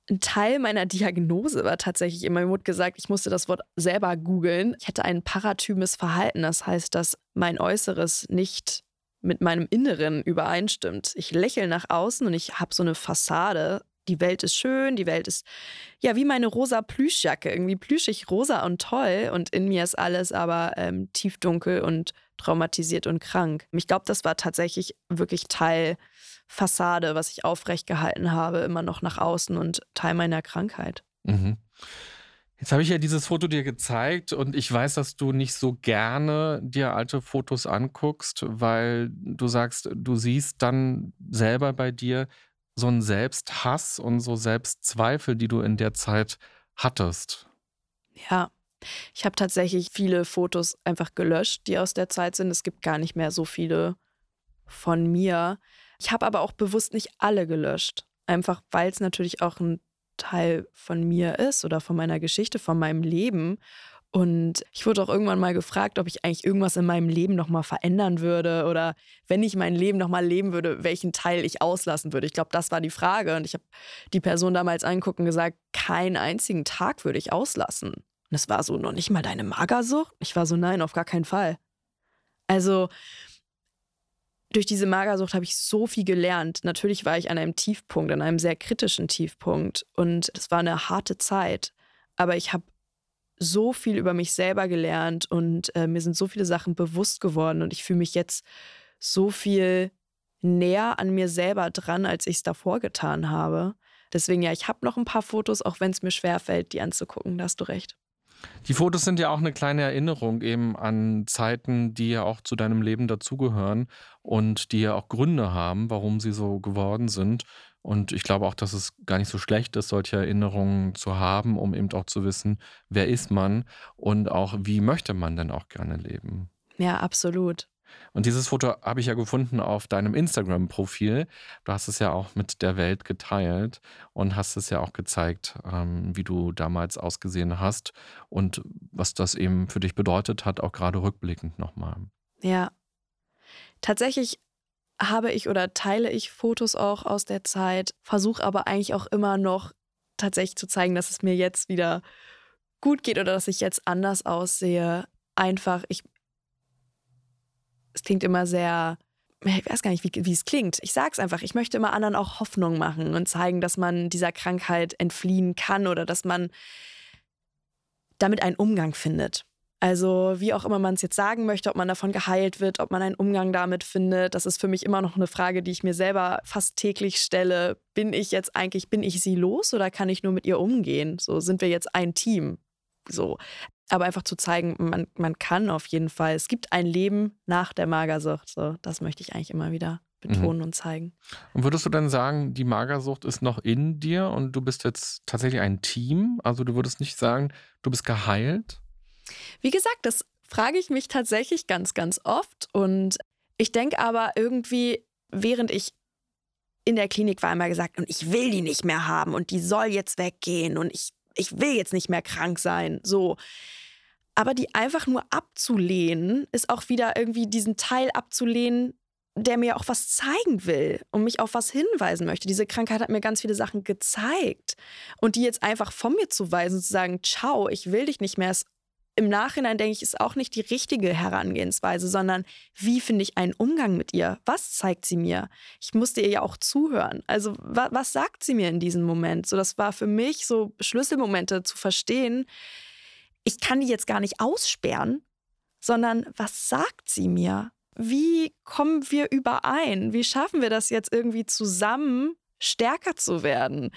Ein Teil meiner Diagnose war tatsächlich immer, mir wurde gesagt, ich musste das Wort selber googeln. Ich hätte ein paratymes Verhalten. Das heißt, dass mein Äußeres nicht mit meinem Inneren übereinstimmt. Ich lächle nach außen und ich habe so eine Fassade. Die Welt ist schön, die Welt ist ja wie meine rosa Plüschjacke, irgendwie plüschig, rosa und toll. Und in mir ist alles aber ähm, tiefdunkel und traumatisiert und krank. Ich glaube, das war tatsächlich wirklich Teil Fassade, was ich aufrecht gehalten habe, immer noch nach außen und Teil meiner Krankheit. Mhm. Jetzt habe ich ja dieses Foto dir gezeigt und ich weiß, dass du nicht so gerne dir alte Fotos anguckst, weil du sagst, du siehst dann selber bei dir so einen Selbsthass und so Selbstzweifel, die du in der Zeit hattest. Ja, ich habe tatsächlich viele Fotos einfach gelöscht, die aus der Zeit sind. Es gibt gar nicht mehr so viele von mir. Ich habe aber auch bewusst nicht alle gelöscht. Einfach weil es natürlich auch ein Teil von mir ist oder von meiner Geschichte, von meinem Leben. Und ich wurde auch irgendwann mal gefragt, ob ich eigentlich irgendwas in meinem Leben nochmal verändern würde oder wenn ich mein Leben nochmal leben würde, welchen Teil ich auslassen würde. Ich glaube, das war die Frage. Und ich habe die Person damals angeguckt und gesagt, keinen einzigen Tag würde ich auslassen. Und es war so, noch nicht mal deine Magersucht? Ich war so, nein, auf gar keinen Fall. Also durch diese Magersucht habe ich so viel gelernt. Natürlich war ich an einem Tiefpunkt, an einem sehr kritischen Tiefpunkt. Und es war eine harte Zeit. Aber ich habe so viel über mich selber gelernt und äh, mir sind so viele Sachen bewusst geworden. Und ich fühle mich jetzt so viel näher an mir selber dran, als ich es davor getan habe. Deswegen ja, ich habe noch ein paar Fotos, auch wenn es mir schwerfällt, die anzugucken. Da hast du recht. Die Fotos sind ja auch eine kleine Erinnerung eben an Zeiten, die ja auch zu deinem Leben dazugehören und die ja auch Gründe haben, warum sie so geworden sind. Und ich glaube auch, dass es gar nicht so schlecht ist, solche Erinnerungen zu haben, um eben auch zu wissen, wer ist man und auch, wie möchte man denn auch gerne leben. Ja, absolut. Und dieses Foto habe ich ja gefunden auf deinem Instagram-Profil. Du hast es ja auch mit der Welt geteilt und hast es ja auch gezeigt, ähm, wie du damals ausgesehen hast und was das eben für dich bedeutet hat, auch gerade rückblickend nochmal. Ja, tatsächlich habe ich oder teile ich Fotos auch aus der Zeit, versuche aber eigentlich auch immer noch tatsächlich zu zeigen, dass es mir jetzt wieder gut geht oder dass ich jetzt anders aussehe. Einfach, ich es klingt immer sehr, ich weiß gar nicht, wie, wie es klingt. Ich sag's einfach, ich möchte immer anderen auch Hoffnung machen und zeigen, dass man dieser Krankheit entfliehen kann oder dass man damit einen Umgang findet. Also wie auch immer man es jetzt sagen möchte, ob man davon geheilt wird, ob man einen Umgang damit findet, das ist für mich immer noch eine Frage, die ich mir selber fast täglich stelle. Bin ich jetzt eigentlich, bin ich sie los oder kann ich nur mit ihr umgehen? So, sind wir jetzt ein Team? So. Aber einfach zu zeigen, man, man kann auf jeden Fall, es gibt ein Leben nach der Magersucht. So, das möchte ich eigentlich immer wieder betonen Mhm. und zeigen. Und würdest du dann sagen, die Magersucht ist noch in dir und du bist jetzt tatsächlich ein Team? Also du würdest nicht sagen, du bist geheilt? Wie gesagt, das frage ich mich tatsächlich ganz, ganz oft. Und ich denke aber irgendwie, während ich in der Klinik war, immer gesagt, und ich will die nicht mehr haben und die soll jetzt weggehen und ich, ich will jetzt nicht mehr krank sein. So. Aber die einfach nur abzulehnen, ist auch wieder irgendwie diesen Teil abzulehnen, der mir auch was zeigen will und mich auf was hinweisen möchte. Diese Krankheit hat mir ganz viele Sachen gezeigt. Und die jetzt einfach von mir zu weisen, zu sagen, ciao, ich will dich nicht mehr, ist im Nachhinein, denke ich, ist auch nicht die richtige Herangehensweise, sondern wie finde ich einen Umgang mit ihr? Was zeigt sie mir? Ich musste ihr ja auch zuhören. Also wa- was sagt sie mir in diesem Moment? So, das war für mich so Schlüsselmomente zu verstehen, ich kann die jetzt gar nicht aussperren, sondern was sagt sie mir? Wie kommen wir überein? Wie schaffen wir das jetzt irgendwie zusammen, stärker zu werden?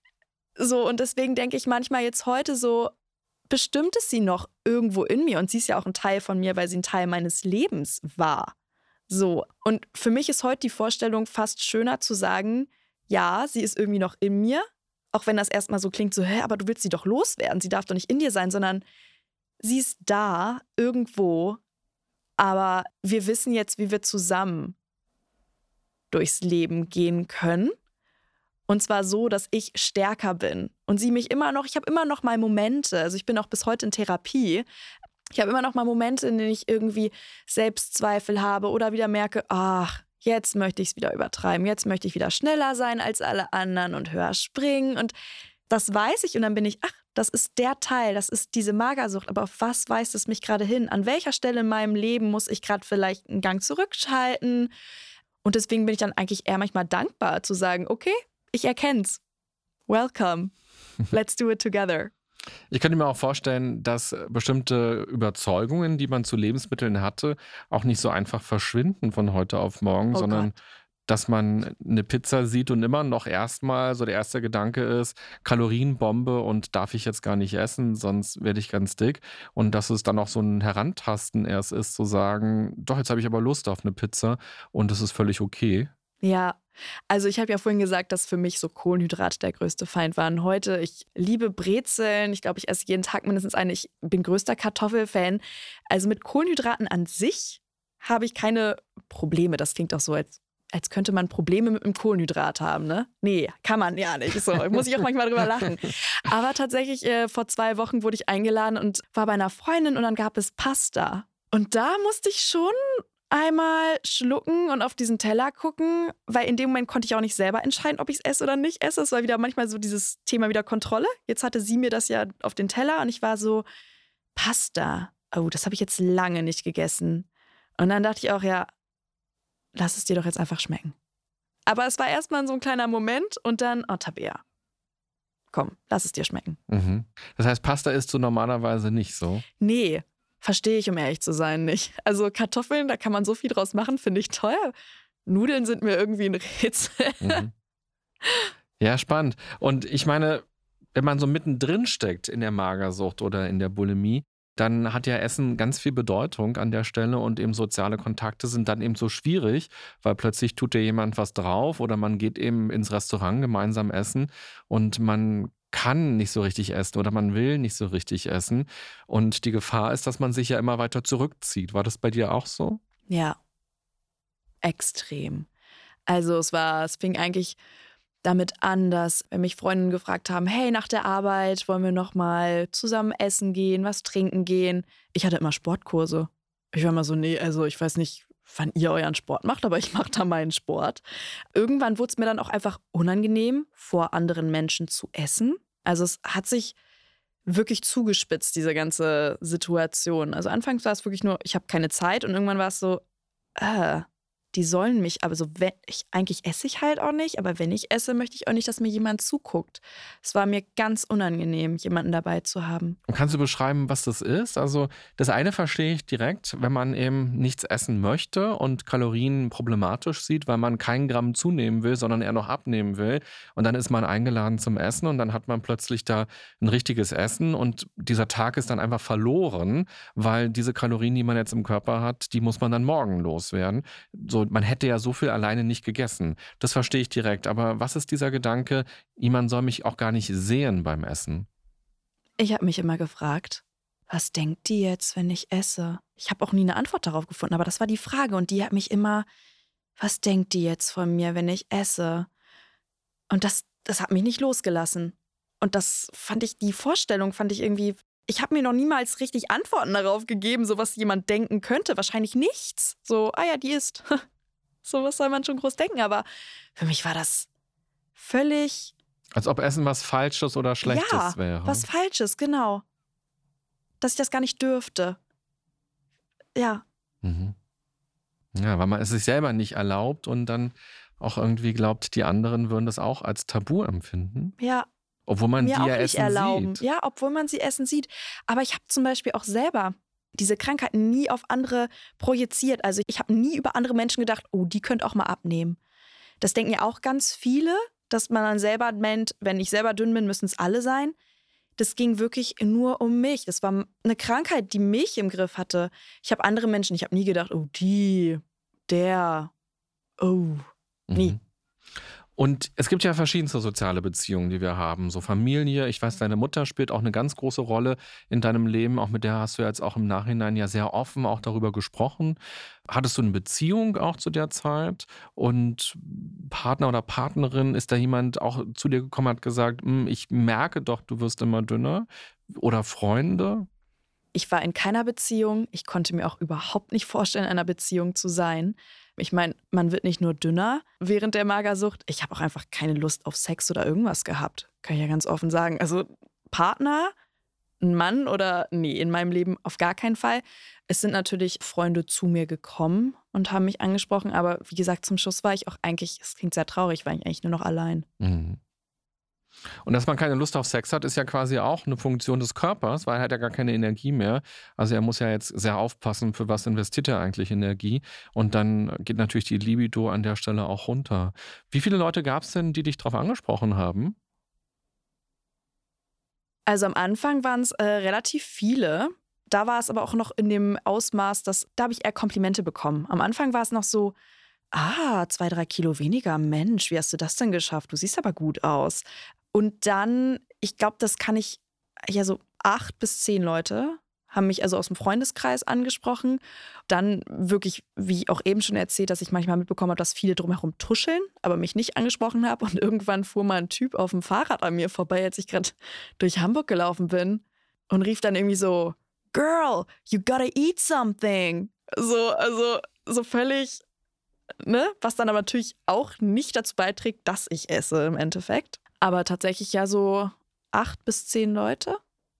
So, und deswegen denke ich manchmal jetzt heute so, bestimmt ist sie noch irgendwo in mir und sie ist ja auch ein Teil von mir, weil sie ein Teil meines Lebens war. So, und für mich ist heute die Vorstellung fast schöner zu sagen, ja, sie ist irgendwie noch in mir, auch wenn das erstmal so klingt, so, hä, aber du willst sie doch loswerden, sie darf doch nicht in dir sein, sondern sie ist da, irgendwo, aber wir wissen jetzt, wie wir zusammen durchs Leben gehen können. Und zwar so, dass ich stärker bin und sie mich immer noch, ich habe immer noch mal Momente, also ich bin auch bis heute in Therapie, ich habe immer noch mal Momente, in denen ich irgendwie Selbstzweifel habe oder wieder merke, ach, jetzt möchte ich es wieder übertreiben, jetzt möchte ich wieder schneller sein als alle anderen und höher springen und das weiß ich und dann bin ich, ach, das ist der Teil, das ist diese Magersucht. Aber auf was weist es mich gerade hin? An welcher Stelle in meinem Leben muss ich gerade vielleicht einen Gang zurückschalten? Und deswegen bin ich dann eigentlich eher manchmal dankbar zu sagen, okay, ich erkenn's. Welcome. Let's do it together. Ich könnte mir auch vorstellen, dass bestimmte Überzeugungen, die man zu Lebensmitteln hatte, auch nicht so einfach verschwinden von heute auf morgen, Oh sondern Gott. dass man eine Pizza sieht und immer noch erstmal so der erste Gedanke ist, Kalorienbombe und darf ich jetzt gar nicht essen, sonst werde ich ganz dick. Und dass es dann auch so ein Herantasten erst ist, zu sagen, doch, jetzt habe ich aber Lust auf eine Pizza und das ist völlig okay. Ja, also ich habe ja vorhin gesagt, dass für mich so Kohlenhydrate der größte Feind waren. Heute, ich liebe Brezeln. Ich glaube, ich esse jeden Tag mindestens eine. Ich bin größter Kartoffelfan. Also mit Kohlenhydraten an sich habe ich keine Probleme. Das klingt auch so, als, als könnte man Probleme mit einem Kohlenhydrat haben, ne? Nee, kann man ja nicht. So, muss ich auch manchmal drüber lachen. Aber tatsächlich, äh, vor zwei Wochen wurde ich eingeladen und war bei einer Freundin und dann gab es Pasta. Und da musste ich schon einmal schlucken und auf diesen Teller gucken, weil in dem Moment konnte ich auch nicht selber entscheiden, ob ich es esse oder nicht esse. Es war wieder manchmal so dieses Thema wieder Kontrolle. Jetzt hatte sie mir das ja auf den Teller und ich war so, Pasta, oh, das habe ich jetzt lange nicht gegessen. Und dann dachte ich auch, ja, lass es dir doch jetzt einfach schmecken. Aber es war erstmal so ein kleiner Moment und dann, oh Tabea, komm, lass es dir schmecken. Mhm. Das heißt, Pasta isst du normalerweise nicht so? Nee, verstehe ich, um ehrlich zu sein, nicht. Also Kartoffeln, da kann man so viel draus machen, finde ich toll. Nudeln sind mir irgendwie ein Rätsel. Mhm. Ja, spannend. Und ich meine, wenn man so mittendrin steckt in der Magersucht oder in der Bulimie, dann hat ja Essen ganz viel Bedeutung an der Stelle und eben soziale Kontakte sind dann eben so schwierig, weil plötzlich tut dir jemand was drauf oder man geht eben ins Restaurant gemeinsam essen und man kann nicht so richtig essen oder man will nicht so richtig essen. Und die Gefahr ist, dass man sich ja immer weiter zurückzieht. War das bei dir auch so? Ja, extrem. Also es war, es fing eigentlich damit an, dass wenn mich Freundinnen gefragt haben, hey, nach der Arbeit wollen wir noch mal zusammen essen gehen, was trinken gehen. Ich hatte immer Sportkurse. Ich war immer so, nee, also ich weiß nicht, wann ihr euren Sport macht, aber ich mache da meinen Sport. Irgendwann wurde es mir dann auch einfach unangenehm, vor anderen Menschen zu essen. Also es hat sich wirklich zugespitzt, diese ganze Situation. Also anfangs war es wirklich nur, ich habe keine Zeit und irgendwann war es so, äh, die sollen mich, aber so, wenn ich, eigentlich esse ich halt auch nicht, aber wenn ich esse, möchte ich auch nicht, dass mir jemand zuguckt. Es war mir ganz unangenehm, jemanden dabei zu haben. Und kannst du beschreiben, was das ist? Also das eine verstehe ich direkt, wenn man eben nichts essen möchte und Kalorien problematisch sieht, weil man kein Gramm zunehmen will, sondern eher noch abnehmen will. Und dann ist man eingeladen zum Essen und dann hat man plötzlich da ein richtiges Essen und dieser Tag ist dann einfach verloren, weil diese Kalorien, die man jetzt im Körper hat, die muss man dann morgen loswerden. So, man hätte ja so viel alleine nicht gegessen. Das verstehe ich direkt. Aber was ist dieser Gedanke, jemand soll mich auch gar nicht sehen beim Essen? Ich habe mich immer gefragt, was denkt die jetzt, wenn ich esse? Ich habe auch nie eine Antwort darauf gefunden, aber das war die Frage. Und die hat mich immer, was denkt die jetzt von mir, wenn ich esse? Und das, das hat mich nicht losgelassen. Und das fand ich, die Vorstellung fand ich irgendwie, ich habe mir noch niemals richtig Antworten darauf gegeben, so was jemand denken könnte. Wahrscheinlich nichts. So, ah ja, die ist. So was soll man schon groß denken. Aber für mich war das völlig, Als ob Essen was Falsches oder Schlechtes ja, wäre. was Falsches, genau. Dass ich das gar nicht dürfte. Ja, Mhm. Ja, weil man es sich selber nicht erlaubt und dann auch irgendwie glaubt, die anderen würden das auch als Tabu empfinden. ja, Obwohl man mir die auch ja nicht essen erlauben. sieht. Ja, obwohl man sie essen sieht. Aber ich habe zum Beispiel auch selber diese Krankheit nie auf andere projiziert. Also ich habe nie über andere Menschen gedacht, oh, die könnte auch mal abnehmen. Das denken ja auch ganz viele, dass man dann selber meint, wenn ich selber dünn bin, müssen es alle sein. Das ging wirklich nur um mich. Das war eine Krankheit, die mich im Griff hatte. Ich habe andere Menschen, ich habe nie gedacht, oh, die, der, oh, nie. Mhm. Und es gibt ja verschiedenste soziale Beziehungen, die wir haben. So Familie, ich weiß, deine Mutter spielt auch eine ganz große Rolle in deinem Leben. Auch mit der hast du jetzt auch im Nachhinein ja sehr offen auch darüber gesprochen. Hattest du eine Beziehung auch zu der Zeit? Und Partner oder Partnerin, ist da jemand auch zu dir gekommen, hat gesagt, "Hm, ich merke doch, du wirst immer dünner"? Oder Freunde? Ich war in keiner Beziehung. Ich konnte mir auch überhaupt nicht vorstellen, in einer Beziehung zu sein. Ich meine, man wird nicht nur dünner während der Magersucht. Ich habe auch einfach keine Lust auf Sex oder irgendwas gehabt. Kann ich ja ganz offen sagen. Also Partner, ein Mann oder nee, in meinem Leben auf gar keinen Fall. Es sind natürlich Freunde zu mir gekommen und haben mich angesprochen. Aber wie gesagt, zum Schluss war ich auch eigentlich, es klingt sehr traurig, war ich eigentlich nur noch allein. Mhm. Und dass man keine Lust auf Sex hat, ist ja quasi auch eine Funktion des Körpers, weil er hat ja gar keine Energie mehr. Also er muss ja jetzt sehr aufpassen, für was investiert er eigentlich Energie. Und dann geht natürlich die Libido an der Stelle auch runter. Wie viele Leute gab es denn, die dich darauf angesprochen haben? Also am Anfang waren es äh, relativ viele. Da war es aber auch noch in dem Ausmaß, dass da habe ich eher Komplimente bekommen. Am Anfang war es noch so, ah, zwei, drei Kilo weniger. Mensch, wie hast du das denn geschafft? Du siehst aber gut aus. Und dann, ich glaube, das kann ich, ja so acht bis zehn Leute haben mich also aus dem Freundeskreis angesprochen. Dann wirklich, wie auch eben schon erzählt, dass ich manchmal mitbekommen habe, dass viele drumherum tuscheln, aber mich nicht angesprochen haben. Und irgendwann fuhr mal ein Typ auf dem Fahrrad an mir vorbei, als ich gerade durch Hamburg gelaufen bin und rief dann irgendwie so, Girl, you gotta eat something. So, also so völlig, ne? Was dann aber natürlich auch nicht dazu beiträgt, dass ich esse im Endeffekt. Aber tatsächlich ja so acht bis zehn Leute.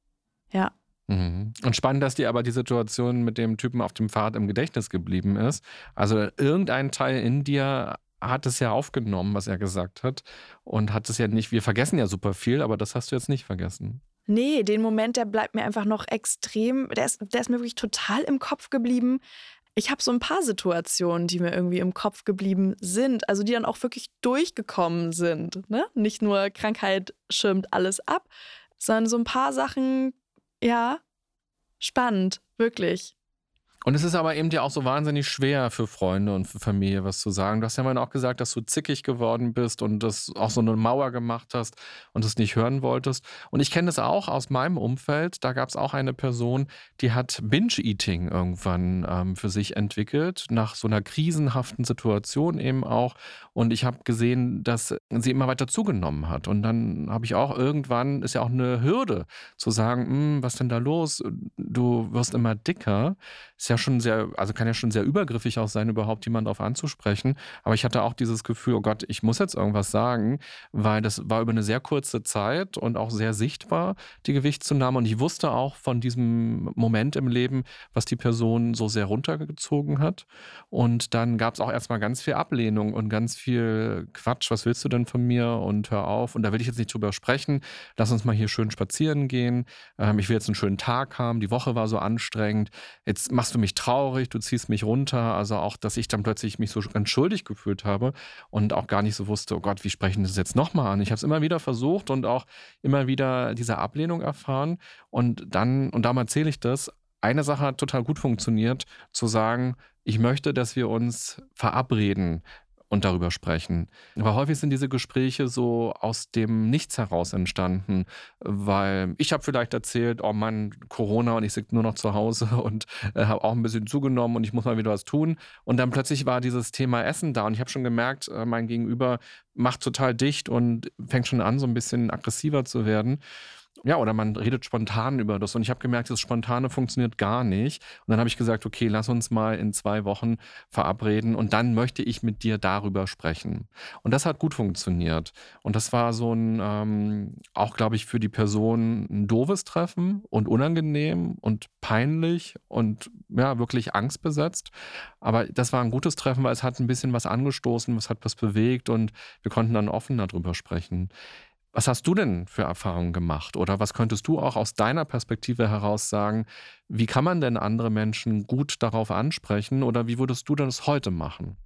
Ja. Mhm. Und spannend, dass dir aber die Situation mit dem Typen auf dem Fahrrad im Gedächtnis geblieben ist. Also irgendein Teil in dir hat es ja aufgenommen, was er gesagt hat. Und hat es ja nicht, wir vergessen ja super viel, aber das hast du jetzt nicht vergessen. Nee, den Moment, der bleibt mir einfach noch extrem, der ist, der ist mir wirklich total im Kopf geblieben. Ich habe so ein paar Situationen, die mir irgendwie im Kopf geblieben sind, also die dann auch wirklich durchgekommen sind. Ne? Nicht nur Krankheit schirmt alles ab, sondern so ein paar Sachen, ja, spannend, wirklich. Und es ist aber eben ja auch so wahnsinnig schwer für Freunde und für Familie was zu sagen. Du hast ja mal auch gesagt, dass du zickig geworden bist und das auch so eine Mauer gemacht hast und es nicht hören wolltest. Und ich kenne das auch aus meinem Umfeld. Da gab es auch eine Person, die hat Binge-Eating irgendwann ähm, für sich entwickelt, nach so einer krisenhaften Situation eben auch. Und ich habe gesehen, dass sie immer weiter zugenommen hat. Und dann habe ich auch irgendwann, ist ja auch eine Hürde, zu sagen, "Hm, was denn da los? Du wirst immer dicker." Ist ja schon sehr, also kann ja schon sehr übergriffig auch sein, überhaupt jemanden darauf anzusprechen. Aber ich hatte auch dieses Gefühl, oh Gott, ich muss jetzt irgendwas sagen, weil das war über eine sehr kurze Zeit und auch sehr sichtbar, die Gewichtszunahme. Und ich wusste auch von diesem Moment im Leben, was die Person so sehr runtergezogen hat. Und dann gab es auch erstmal ganz viel Ablehnung und ganz viel Quatsch. Was willst du denn von mir? Und hör auf. Und da will ich jetzt nicht drüber sprechen. Lass uns mal hier schön spazieren gehen. Ähm, ich will jetzt einen schönen Tag haben. Die Woche war so anstrengend. Jetzt machst du mich traurig, du ziehst mich runter. Also auch, dass ich dann plötzlich mich so ganz schuldig gefühlt habe und auch gar nicht so wusste, oh Gott, wie sprechen das jetzt nochmal an? Ich habe es immer wieder versucht und auch immer wieder diese Ablehnung erfahren. Und dann, und darum erzähle ich das, eine Sache hat total gut funktioniert, zu sagen, ich möchte, dass wir uns verabreden und darüber sprechen. Aber häufig sind diese Gespräche so aus dem Nichts heraus entstanden, weil ich habe vielleicht erzählt, oh Mann, Corona und ich sitze nur noch zu Hause und äh, habe auch ein bisschen zugenommen und ich muss mal wieder was tun. Und dann plötzlich war dieses Thema Essen da und ich habe schon gemerkt, äh, mein Gegenüber macht total dicht und fängt schon an, so ein bisschen aggressiver zu werden. Ja, oder man redet spontan über das. Und ich habe gemerkt, das Spontane funktioniert gar nicht. Und dann habe ich gesagt, okay, lass uns mal in zwei Wochen verabreden und dann möchte ich mit dir darüber sprechen. Und das hat gut funktioniert. Und das war so ein, ähm, auch glaube ich, für die Person ein doofes Treffen und unangenehm und peinlich und ja, wirklich angstbesetzt. Aber das war ein gutes Treffen, weil es hat ein bisschen was angestoßen, es hat was bewegt und wir konnten dann offen darüber sprechen. Was hast du denn für Erfahrungen gemacht? Oder was könntest du auch aus deiner Perspektive heraus sagen? Wie kann man denn andere Menschen gut darauf ansprechen? Oder wie würdest du das heute machen?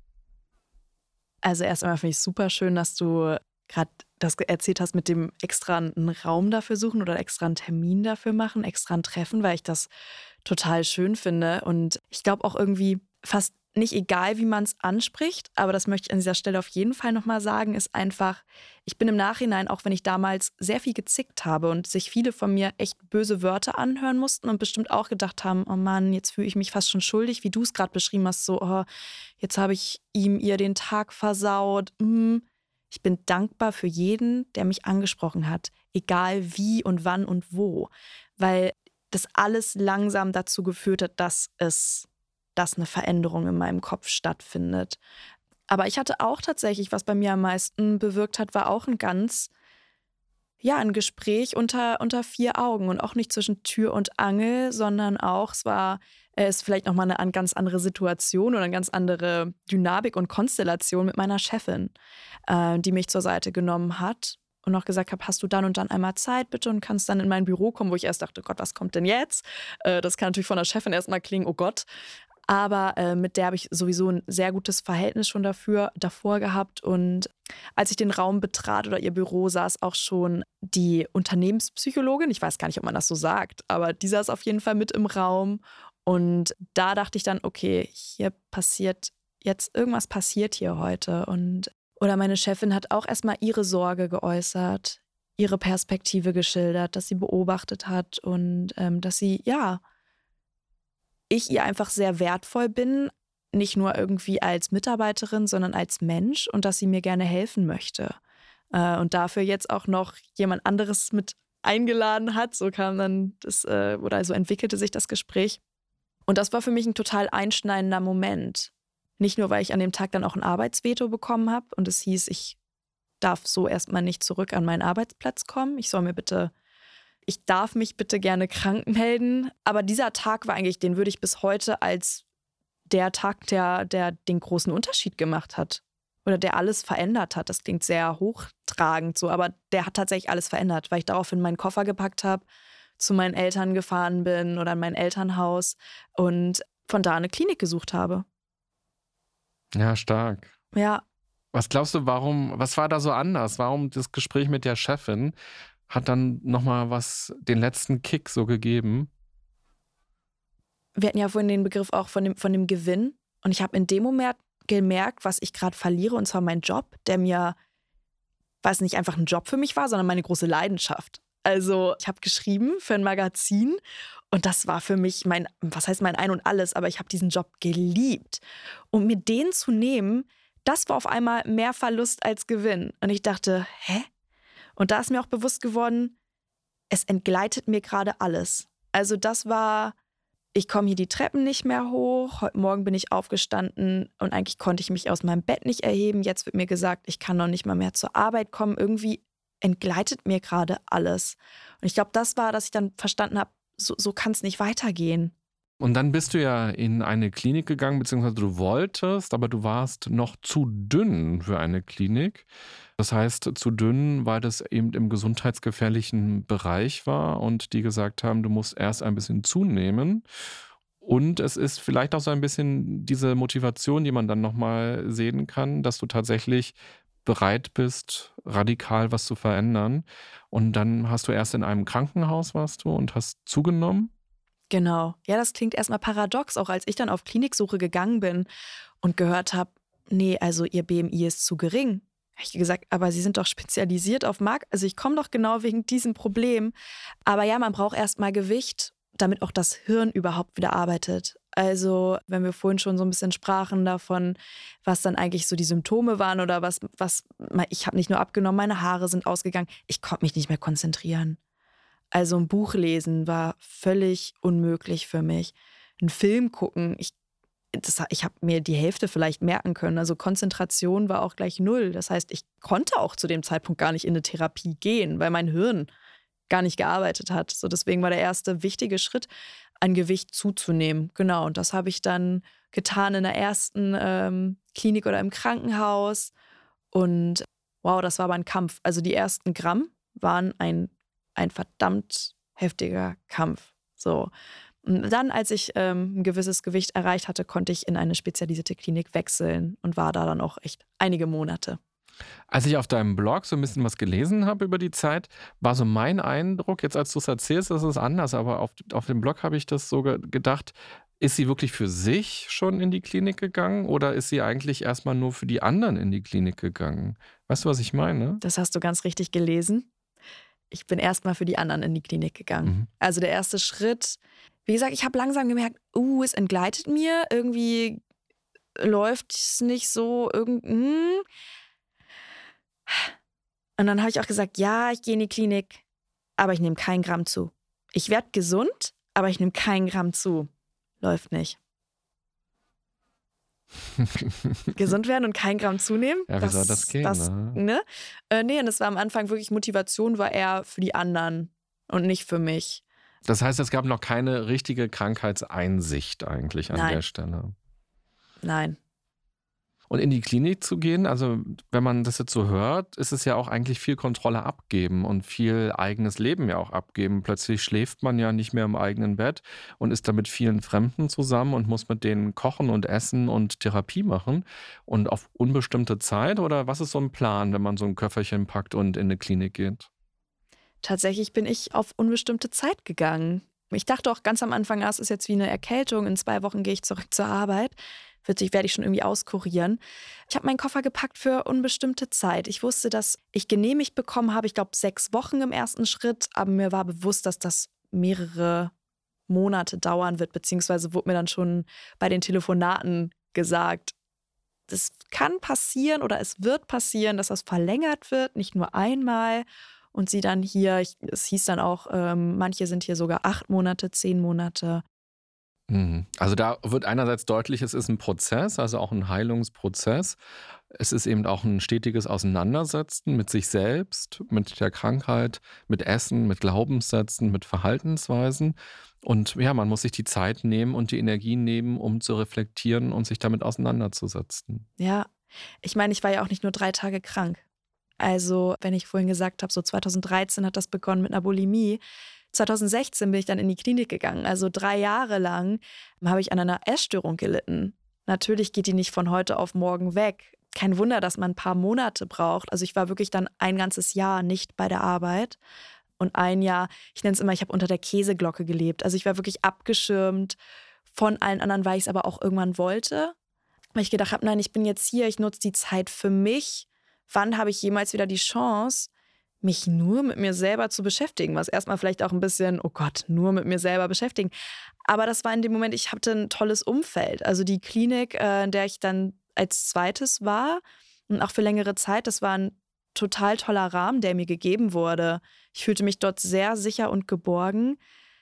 Also erst einmal finde ich es super schön, dass du gerade das erzählt hast mit dem extra einen Raum dafür suchen oder extra einen Termin dafür machen, extra ein Treffen, weil ich das total schön finde. Und ich glaube auch irgendwie fast nicht egal, wie man es anspricht, aber das möchte ich an dieser Stelle auf jeden Fall nochmal sagen, ist einfach, ich bin im Nachhinein, auch wenn ich damals sehr viel gezickt habe und sich viele von mir echt böse Wörter anhören mussten und bestimmt auch gedacht haben, oh Mann, jetzt fühle ich mich fast schon schuldig, wie du es gerade beschrieben hast, so, oh, jetzt habe ich ihm, ihr den Tag versaut. Ich bin dankbar für jeden, der mich angesprochen hat, egal wie und wann und wo, weil das alles langsam dazu geführt hat, dass es, dass eine Veränderung in meinem Kopf stattfindet. Aber ich hatte auch tatsächlich, was bei mir am meisten bewirkt hat, war auch ein ganz, ja, ein Gespräch unter, unter vier Augen und auch nicht zwischen Tür und Angel, sondern auch, es war, es ist vielleicht nochmal eine an- ganz andere Situation oder eine ganz andere Dynamik und Konstellation mit meiner Chefin, äh, die mich zur Seite genommen hat und auch gesagt hat, hast du dann und dann einmal Zeit bitte und kannst dann in mein Büro kommen, wo ich erst dachte, Gott, was kommt denn jetzt? Äh, das kann natürlich von der Chefin erstmal klingen, oh Gott. Aber äh, mit der habe ich sowieso ein sehr gutes Verhältnis schon dafür, davor gehabt. Und als ich den Raum betrat oder ihr Büro, saß auch schon die Unternehmenspsychologin. Ich weiß gar nicht, ob man das so sagt, aber die saß auf jeden Fall mit im Raum. Und da dachte ich dann, okay, hier passiert jetzt, irgendwas passiert hier heute. Und oder meine Chefin hat auch erstmal ihre Sorge geäußert, ihre Perspektive geschildert, dass sie beobachtet hat und ähm, dass sie, ja, ich ihr einfach sehr wertvoll bin, nicht nur irgendwie als Mitarbeiterin, sondern als Mensch und dass sie mir gerne helfen möchte. Äh, und dafür jetzt auch noch jemand anderes mit eingeladen hat. So kam dann das, äh, oder so entwickelte sich das Gespräch. Und das war für mich ein total einschneidender Moment. Nicht nur, weil ich an dem Tag dann auch ein Arbeitsveto bekommen habe und es hieß, ich darf so erstmal nicht zurück an meinen Arbeitsplatz kommen. Ich soll mir bitte Ich darf mich bitte gerne krank melden. Aber dieser Tag war eigentlich, den würde ich bis heute als der Tag, der, der den großen Unterschied gemacht hat. Oder der alles verändert hat. Das klingt sehr hochtragend so, aber der hat tatsächlich alles verändert, weil ich daraufhin meinen Koffer gepackt habe, zu meinen Eltern gefahren bin oder in mein Elternhaus und von da eine Klinik gesucht habe. Ja, stark. Ja, Was glaubst du, warum, was war da so anders? Warum das Gespräch mit der Chefin hat dann nochmal was, den letzten Kick so gegeben? wir hatten ja vorhin den Begriff auch von dem, von dem Gewinn. Und ich habe in dem Moment gemerkt, was ich gerade verliere, und zwar meinen Job, der mir, was nicht einfach ein Job für mich war, sondern meine große Leidenschaft. Also ich habe geschrieben für ein Magazin und das war für mich mein, was heißt mein Ein und Alles, aber ich habe diesen Job geliebt. Und mir den zu nehmen, das war auf einmal mehr Verlust als Gewinn. Und ich dachte, hä? Und da ist mir auch bewusst geworden, es entgleitet mir gerade alles. Also das war, ich komme hier die Treppen nicht mehr hoch. Heute Morgen bin ich aufgestanden und eigentlich konnte ich mich aus meinem Bett nicht erheben. Jetzt wird mir gesagt, ich kann noch nicht mal mehr zur Arbeit kommen. Irgendwie entgleitet mir gerade alles. Und ich glaube, das war, dass ich dann verstanden habe, so, so kann es nicht weitergehen. Und dann bist du ja in eine Klinik gegangen, beziehungsweise du wolltest, aber du warst noch zu dünn für eine Klinik. Das heißt, zu dünn, weil das eben im gesundheitsgefährlichen Bereich war und die gesagt haben, du musst erst ein bisschen zunehmen. Und es ist vielleicht auch so ein bisschen diese Motivation, die man dann nochmal sehen kann, dass du tatsächlich bereit bist, radikal was zu verändern. Und dann hast du erst in einem Krankenhaus warst du und hast zugenommen. Genau. Ja, das klingt erstmal paradox, auch als ich dann auf Kliniksuche gegangen bin und gehört habe, nee, also ihr B M I ist zu gering. Habe ich gesagt, aber Sie sind doch spezialisiert auf Markt. Also ich komme doch genau wegen diesem Problem. Aber ja, man braucht erstmal Gewicht, damit auch das Hirn überhaupt wieder arbeitet. Also wenn wir vorhin schon so ein bisschen sprachen davon, was dann eigentlich so die Symptome waren oder was, was ich habe nicht nur abgenommen, meine Haare sind ausgegangen. Ich konnte mich nicht mehr konzentrieren. Also ein Buch lesen war völlig unmöglich für mich. Ein Film gucken, ich, das, ich habe mir die Hälfte vielleicht merken können. Also Konzentration war auch gleich null. Das heißt, ich konnte auch zu dem Zeitpunkt gar nicht in eine Therapie gehen, weil mein Hirn gar nicht gearbeitet hat. So deswegen war der erste wichtige Schritt, an Gewicht zuzunehmen. Genau, und das habe ich dann getan in der ersten ähm, Klinik oder im Krankenhaus. Und wow, das war aber ein Kampf. Also die ersten Gramm waren ein ein verdammt heftiger Kampf. So. Und dann, als ich ähm, ein gewisses Gewicht erreicht hatte, konnte ich in eine spezialisierte Klinik wechseln und war da dann auch echt einige Monate. Als ich auf deinem Blog so ein bisschen was gelesen habe über die Zeit, war so mein Eindruck, jetzt als du es erzählst, das ist anders, aber auf, auf dem Blog habe ich das so ge- gedacht, ist sie wirklich für sich schon in die Klinik gegangen oder ist sie eigentlich erstmal nur für die anderen in die Klinik gegangen? Weißt du, was ich meine? Das hast du ganz richtig gelesen. Ich bin erstmal für die anderen in die Klinik gegangen. Mhm. Also der erste Schritt, wie gesagt, ich habe langsam gemerkt, uh, es entgleitet mir, irgendwie läuft es nicht so. Irgend, hm. Und dann habe ich auch gesagt, ja, ich gehe in die Klinik, aber ich nehme kein Gramm zu. Ich werde gesund, aber ich nehme keinen Gramm zu. Läuft nicht. Gesund werden und kein Gramm zunehmen? Ja, wie das, soll das gehen? Das, ne? ne? Äh, nee, und das war am Anfang wirklich Motivation, war eher für die anderen und nicht für mich. Das heißt, es gab noch keine richtige Krankheitseinsicht eigentlich an Nein. der Stelle. Nein. Und in die Klinik zu gehen, also wenn man das jetzt so hört, ist es ja auch eigentlich viel Kontrolle abgeben und viel eigenes Leben ja auch abgeben. Plötzlich schläft man ja nicht mehr im eigenen Bett und ist da mit vielen Fremden zusammen und muss mit denen kochen und essen und Therapie machen. Und auf unbestimmte Zeit, oder was ist so ein Plan, wenn man so ein Köfferchen packt und in eine Klinik geht? Tatsächlich bin ich auf unbestimmte Zeit gegangen. Ich dachte auch ganz am Anfang, ah, es ist jetzt wie eine Erkältung, in zwei Wochen gehe ich zurück zur Arbeit. Wird sich, werde ich schon irgendwie auskurieren. Ich habe meinen Koffer gepackt für unbestimmte Zeit. Ich wusste, dass ich genehmigt bekommen habe, ich glaube sechs Wochen im ersten Schritt, aber mir war bewusst, dass das mehrere Monate dauern wird, beziehungsweise wurde mir dann schon bei den Telefonaten gesagt, das kann passieren oder es wird passieren, dass das verlängert wird, nicht nur einmal. Und sie dann hier, ich, es hieß dann auch, ähm, manche sind hier sogar acht Monate, zehn Monate. Also da wird einerseits deutlich, es ist ein Prozess, also auch ein Heilungsprozess. Es ist eben auch ein stetiges Auseinandersetzen mit sich selbst, mit der Krankheit, mit Essen, mit Glaubenssätzen, mit Verhaltensweisen. Und ja, man muss sich die Zeit nehmen und die Energie nehmen, um zu reflektieren und sich damit auseinanderzusetzen. Ja, ich meine, ich war ja auch nicht nur drei Tage krank. Also, wenn ich vorhin gesagt habe, so zweitausenddreizehn hat das begonnen mit einer Bulimie. zweitausendsechzehn bin ich dann in die Klinik gegangen. Also drei Jahre lang habe ich an einer Essstörung gelitten. Natürlich geht die nicht von heute auf morgen weg. Kein Wunder, dass man ein paar Monate braucht. Also ich war wirklich dann ein ganzes Jahr nicht bei der Arbeit. Und ein Jahr, ich nenne es immer, ich habe unter der Käseglocke gelebt. Also ich war wirklich abgeschirmt von allen anderen, weil ich es aber auch irgendwann wollte. Weil ich gedacht habe, nein, ich bin jetzt hier, ich nutze die Zeit für mich. Wann habe ich jemals wieder die Chance, mich nur mit mir selber zu beschäftigen, was erstmal vielleicht auch ein bisschen, oh Gott, nur mit mir selber beschäftigen. Aber das war in dem Moment, ich hatte ein tolles Umfeld. Also die Klinik, in der ich dann als zweites war und auch für längere Zeit, das war ein total toller Rahmen, der mir gegeben wurde. Ich fühlte mich dort sehr sicher und geborgen.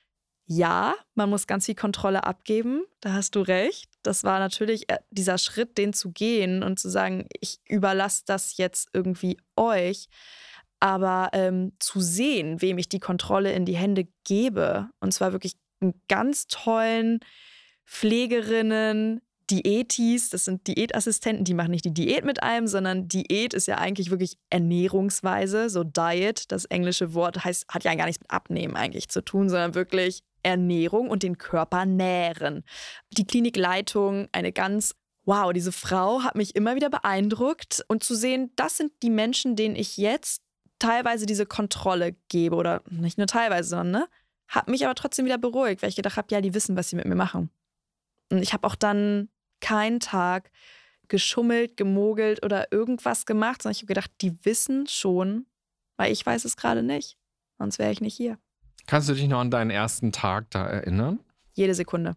Ja, man muss ganz viel Kontrolle abgeben, da hast du recht. Das war natürlich dieser Schritt, den zu gehen und zu sagen, ich überlasse das jetzt irgendwie euch. Aber ähm, zu sehen, wem ich die Kontrolle in die Hände gebe, und zwar wirklich einen ganz tollen Pflegerinnen, Diätis, das sind Diätassistenten, die machen nicht die Diät mit einem, sondern Diät ist ja eigentlich wirklich Ernährungsweise, so Diet, das englische Wort heißt, hat ja gar nichts mit Abnehmen eigentlich zu tun, sondern wirklich Ernährung und den Körper nähren. Die Klinikleitung, eine ganz wow, diese Frau hat mich immer wieder beeindruckt, und zu sehen, das sind die Menschen, denen ich jetzt teilweise diese Kontrolle gebe, oder nicht nur teilweise, sondern ne, hat mich aber trotzdem wieder beruhigt, weil ich gedacht habe, ja, die wissen, was sie mit mir machen. Und ich habe auch dann keinen Tag geschummelt, gemogelt oder irgendwas gemacht, sondern ich habe gedacht, die wissen schon, weil ich weiß es gerade nicht. Sonst wäre ich nicht hier. Kannst du dich noch an deinen ersten Tag da erinnern? Jede Sekunde.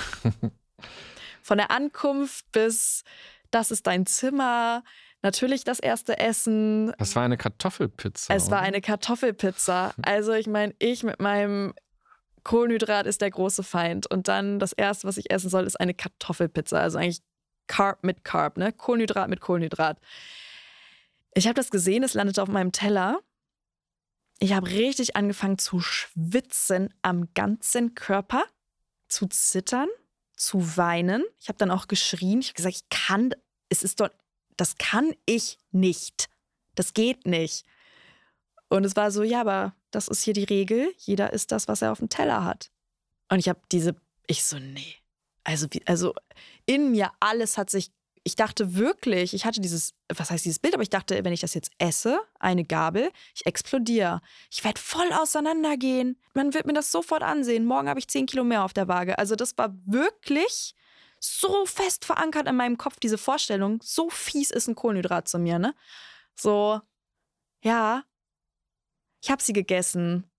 Von der Ankunft bis, das ist dein Zimmer. Natürlich das erste Essen. Das war eine Kartoffelpizza. Es war oder? eine Kartoffelpizza. Also ich meine, ich mit meinem Kohlenhydrat ist der große Feind. Und dann das Erste, was ich essen soll, ist eine Kartoffelpizza. Also eigentlich Carb mit Carb, ne? Kohlenhydrat mit Kohlenhydrat. Ich habe das gesehen, es landete auf meinem Teller. Ich habe richtig angefangen zu schwitzen am ganzen Körper, zu zittern, zu weinen. Ich habe dann auch geschrien. Ich habe gesagt, ich kann, es ist doch, das kann ich nicht. Das geht nicht. Und es war so, ja, aber das ist hier die Regel. Jeder isst das, was er auf dem Teller hat. Und ich habe diese, ich so, nee. Also, wie, also in mir alles hat sich, ich dachte wirklich, ich hatte dieses, was heißt dieses Bild, aber ich dachte, wenn ich das jetzt esse, eine Gabel, ich explodiere. Ich werde voll auseinandergehen. Man wird mir das sofort ansehen. Morgen habe ich zehn Kilo mehr auf der Waage. Also das war wirklich so fest verankert in meinem Kopf, diese Vorstellung, so fies ist ein Kohlenhydrat zu mir, ne? So, ja, ich habe sie gegessen.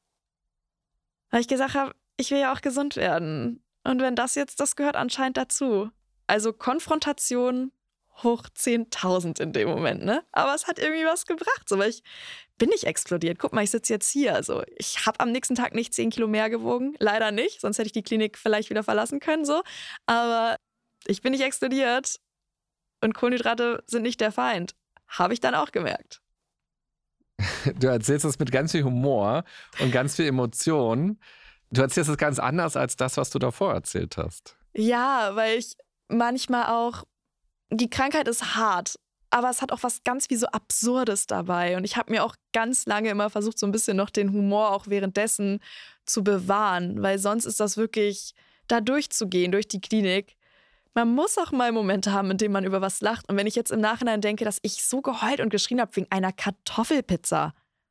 Weil ich gesagt habe, ich will ja auch gesund werden. Und wenn das jetzt, das gehört anscheinend dazu. Also Konfrontation hoch zehntausend in dem Moment, ne? Aber es hat irgendwie was gebracht, so, weil ich bin nicht explodiert. Guck mal, ich sitze jetzt hier. Also ich habe am nächsten Tag nicht zehn Kilo mehr gewogen. Leider nicht, sonst hätte ich die Klinik vielleicht wieder verlassen können, so. Aber ich bin nicht explodiert und Kohlenhydrate sind nicht der Feind. Habe ich dann auch gemerkt. Du erzählst das mit ganz viel Humor und ganz viel Emotion. Du erzählst es ganz anders als das, was du davor erzählt hast. Ja, weil ich manchmal auch, die Krankheit ist hart, aber es hat auch was ganz wie so Absurdes dabei. Und ich habe mir auch ganz lange immer versucht, so ein bisschen noch den Humor auch währenddessen zu bewahren, weil sonst ist das wirklich, da durchzugehen, durch die Klinik. Man muss auch mal Momente haben, in denen man über was lacht. Und wenn ich jetzt im Nachhinein denke, dass ich so geheult und geschrien habe wegen einer Kartoffelpizza.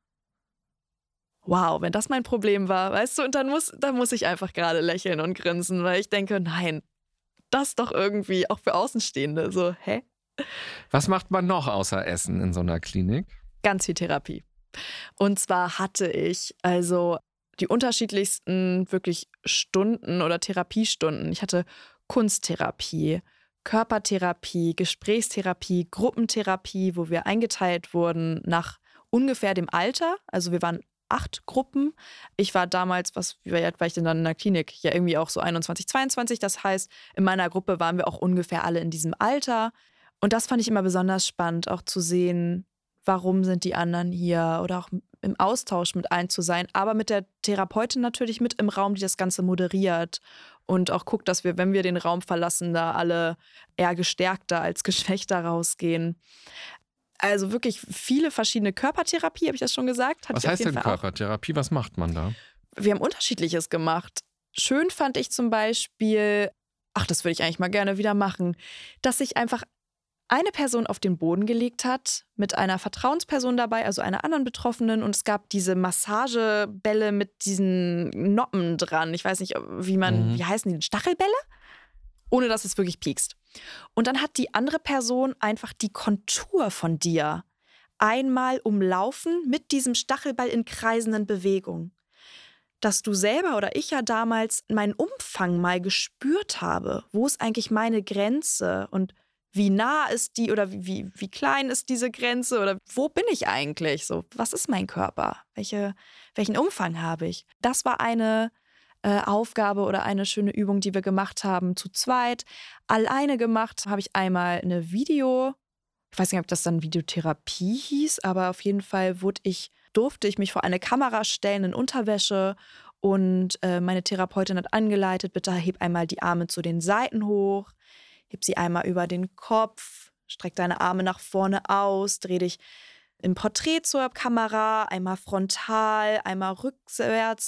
Wow, wenn das mein Problem war, weißt du, und dann muss, dann muss ich einfach gerade lächeln und grinsen, weil ich denke, nein, das doch irgendwie auch für Außenstehende so, hä? Was macht man noch außer Essen in so einer Klinik? Ganz viel Therapie. Und zwar hatte ich also die unterschiedlichsten wirklich Stunden oder Therapiestunden. Ich hatte Kunsttherapie, Körpertherapie, Gesprächstherapie, Gruppentherapie, wo wir eingeteilt wurden nach ungefähr dem Alter. Also wir waren acht Gruppen. Ich war damals, was, wie alt war ich denn dann in der Klinik? Ja, irgendwie auch so einundzwanzig, zweiundzwanzig. Das heißt, in meiner Gruppe waren wir auch ungefähr alle in diesem Alter. Und das fand ich immer besonders spannend, auch zu sehen, warum sind die anderen hier oder auch im Austausch mit allen zu sein. Aber mit der Therapeutin natürlich mit im Raum, die das Ganze moderiert und auch guckt, dass wir, wenn wir den Raum verlassen, da alle eher gestärkter als geschwächter rausgehen. Also wirklich viele verschiedene Körpertherapie, habe ich das schon gesagt? Was heißt denn Körpertherapie? Was macht man da? Wir haben Unterschiedliches gemacht. Schön fand ich zum Beispiel, ach, das würde ich eigentlich mal gerne wieder machen, dass sich einfach eine Person auf den Boden gelegt hat, mit einer Vertrauensperson dabei, also einer anderen Betroffenen. Und es gab diese Massagebälle mit diesen Noppen dran. Ich weiß nicht, wie man, mhm. wie heißen die? Stachelbälle? Ohne dass es wirklich piekst. Und dann hat die andere Person einfach die Kontur von dir einmal umlaufen mit diesem Stachelball in kreisenden Bewegungen. Dass du selber oder ich ja damals meinen Umfang mal gespürt habe. Wo ist eigentlich meine Grenze? Und wie nah ist die oder wie, wie klein ist diese Grenze oder wo bin ich eigentlich? So, was ist mein Körper? Welche, welchen Umfang habe ich? Das war eine äh, Aufgabe oder eine schöne Übung, die wir gemacht haben zu zweit. Alleine gemacht habe ich einmal eine Video, ich weiß nicht, ob das dann Videotherapie hieß, aber auf jeden Fall wurde ich, durfte ich mich vor eine Kamera stellen in Unterwäsche und äh, meine Therapeutin hat angeleitet, bitte heb einmal die Arme zu den Seiten hoch. Heb sie einmal über den Kopf, streck deine Arme nach vorne aus, dreh dich im Porträt zur Kamera, einmal frontal, einmal rückwärts.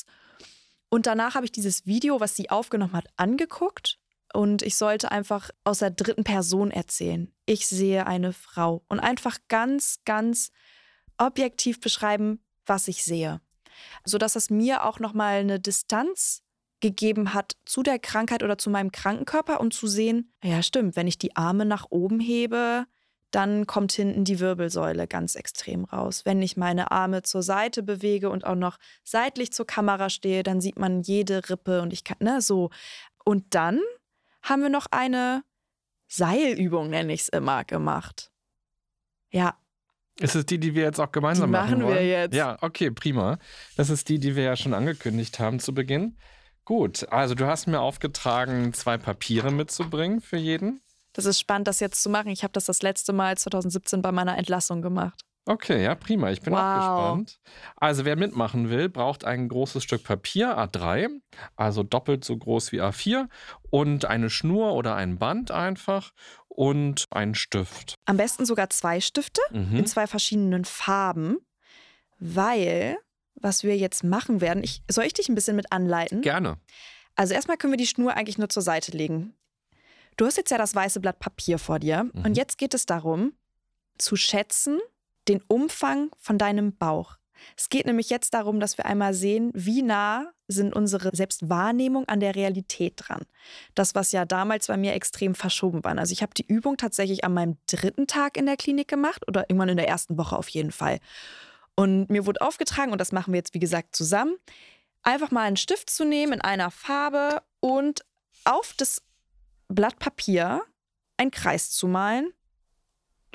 Und danach habe ich dieses Video, was sie aufgenommen hat, angeguckt und ich sollte einfach aus der dritten Person erzählen. Ich sehe eine Frau und einfach ganz, ganz objektiv beschreiben, was ich sehe. Sodass es mir auch nochmal eine Distanz gegeben hat zu der Krankheit oder zu meinem Krankenkörper, um zu sehen, ja stimmt, wenn ich die Arme nach oben hebe, dann kommt hinten die Wirbelsäule ganz extrem raus. Wenn ich meine Arme zur Seite bewege und auch noch seitlich zur Kamera stehe, dann sieht man jede Rippe und ich kann, ne, so. Und dann haben wir noch eine Seilübung, nenne ich es immer, gemacht. Ja. Ist es die, die wir jetzt auch gemeinsam die machen machen wollen? wir jetzt. Ja, okay, prima. Das ist die, die wir ja schon angekündigt haben zu Beginn. Gut, also du hast mir aufgetragen, zwei Papiere mitzubringen für jeden. Das ist spannend, das jetzt zu machen. Ich habe das das letzte Mal zwanzig siebzehn bei meiner Entlassung gemacht. Okay, ja, prima. Ich bin wow. auch gespannt. Also wer mitmachen will, braucht ein großes Stück Papier, A drei, also doppelt so groß wie A vier und eine Schnur oder ein Band einfach und einen Stift. Am besten sogar zwei Stifte Mhm. in zwei verschiedenen Farben, weil was wir jetzt machen werden, ich, soll ich dich ein bisschen mit anleiten? Gerne. Also erstmal können wir die Schnur eigentlich nur zur Seite legen. Du hast jetzt ja das weiße Blatt Papier vor dir Mhm. und jetzt geht es darum, zu schätzen den Umfang von deinem Bauch. Es geht nämlich jetzt darum, dass wir einmal sehen, wie nah sind unsere Selbstwahrnehmung an der Realität dran. Das, was ja damals bei mir extrem verschoben war. Also ich habe die Übung tatsächlich an meinem dritten Tag in der Klinik gemacht oder irgendwann in der ersten Woche auf jeden Fall. Und mir wurde aufgetragen, und das machen wir jetzt wie gesagt zusammen, einfach mal einen Stift zu nehmen in einer Farbe und auf das Blatt Papier einen Kreis zu malen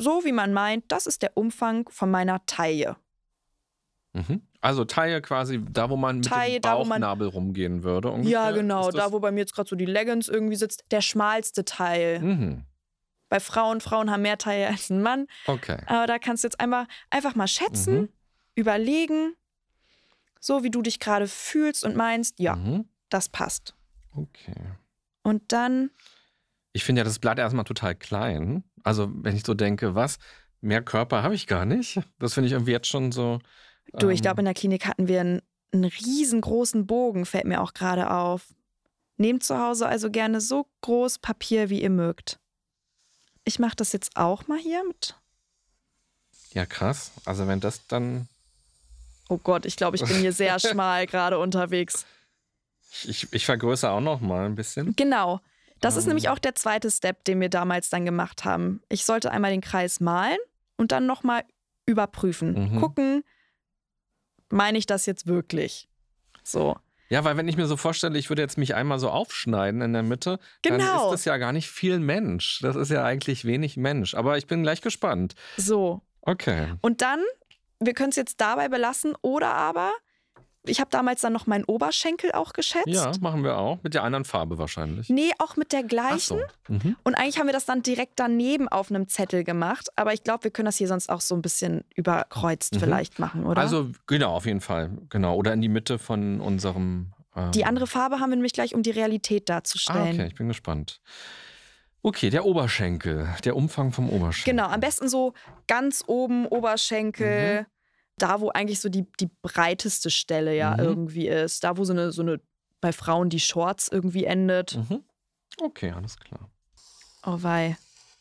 so wie man meint, das ist der Umfang von meiner Taille. Mhm. Also Taille quasi da, wo man mit Taille, dem da, wo man- Bauchnabel rumgehen würde. Ungefähr. Ja, genau, Ist das- da wo bei mir jetzt gerade so die Leggings irgendwie sitzt, der schmalste Teil. Mhm. Bei Frauen, Frauen haben mehr Taille als ein Mann. Okay. Aber da kannst du jetzt einfach, einfach mal schätzen, Mhm. überlegen, so wie du dich gerade fühlst und meinst, ja, Mhm. das passt. Okay. Und dann, Ich finde ja das Blatt erstmal total klein. Also wenn ich so denke, was, mehr Körper habe ich gar nicht. Das finde ich irgendwie jetzt schon so. du, ich ähm, glaube, in der Klinik hatten wir einen, einen riesengroßen Bogen, fällt mir auch gerade auf. Nehmt zu Hause also gerne so groß Papier, wie ihr mögt. Ich mache das jetzt auch mal hier mit. Ja, krass. Also wenn das dann. Oh Gott, ich glaube, ich bin hier sehr schmal gerade unterwegs. Ich, ich vergrößere auch noch mal ein bisschen. Genau. Das ist Ähm. nämlich auch der zweite Step, den wir damals dann gemacht haben. Ich sollte einmal den Kreis malen und dann nochmal überprüfen. Mhm. Gucken, meine ich das jetzt wirklich? So. Ja, weil wenn ich mir so vorstelle, ich würde jetzt mich einmal so aufschneiden in der Mitte, dann Genau. ist das ja gar nicht viel Mensch. Das ist ja eigentlich wenig Mensch. Aber ich bin gleich gespannt. So. Okay. Und dann, wir können es jetzt dabei belassen oder aber, ich habe damals dann noch meinen Oberschenkel auch geschätzt. Ja, machen wir auch. Mit der anderen Farbe wahrscheinlich. Nee, auch mit der Ach gleichen. so. Mhm. Und eigentlich haben wir das dann direkt daneben auf einem Zettel gemacht. Aber ich glaube, wir können das hier sonst auch so ein bisschen überkreuzt Mhm. vielleicht machen, oder? Also genau, auf jeden Fall. Genau. Oder in die Mitte von unserem. Ähm, Die andere Farbe haben wir nämlich gleich, um die Realität Ah, darzustellen. okay, ich bin gespannt. Okay, der Oberschenkel. Der Umfang vom Oberschenkel. Genau, am besten so ganz oben Oberschenkel, Mhm. da wo eigentlich so die, die breiteste Stelle ja Mhm. irgendwie ist. Da wo so eine, so eine, bei Frauen die Shorts irgendwie endet. Mhm. Okay, alles klar. Oh wei.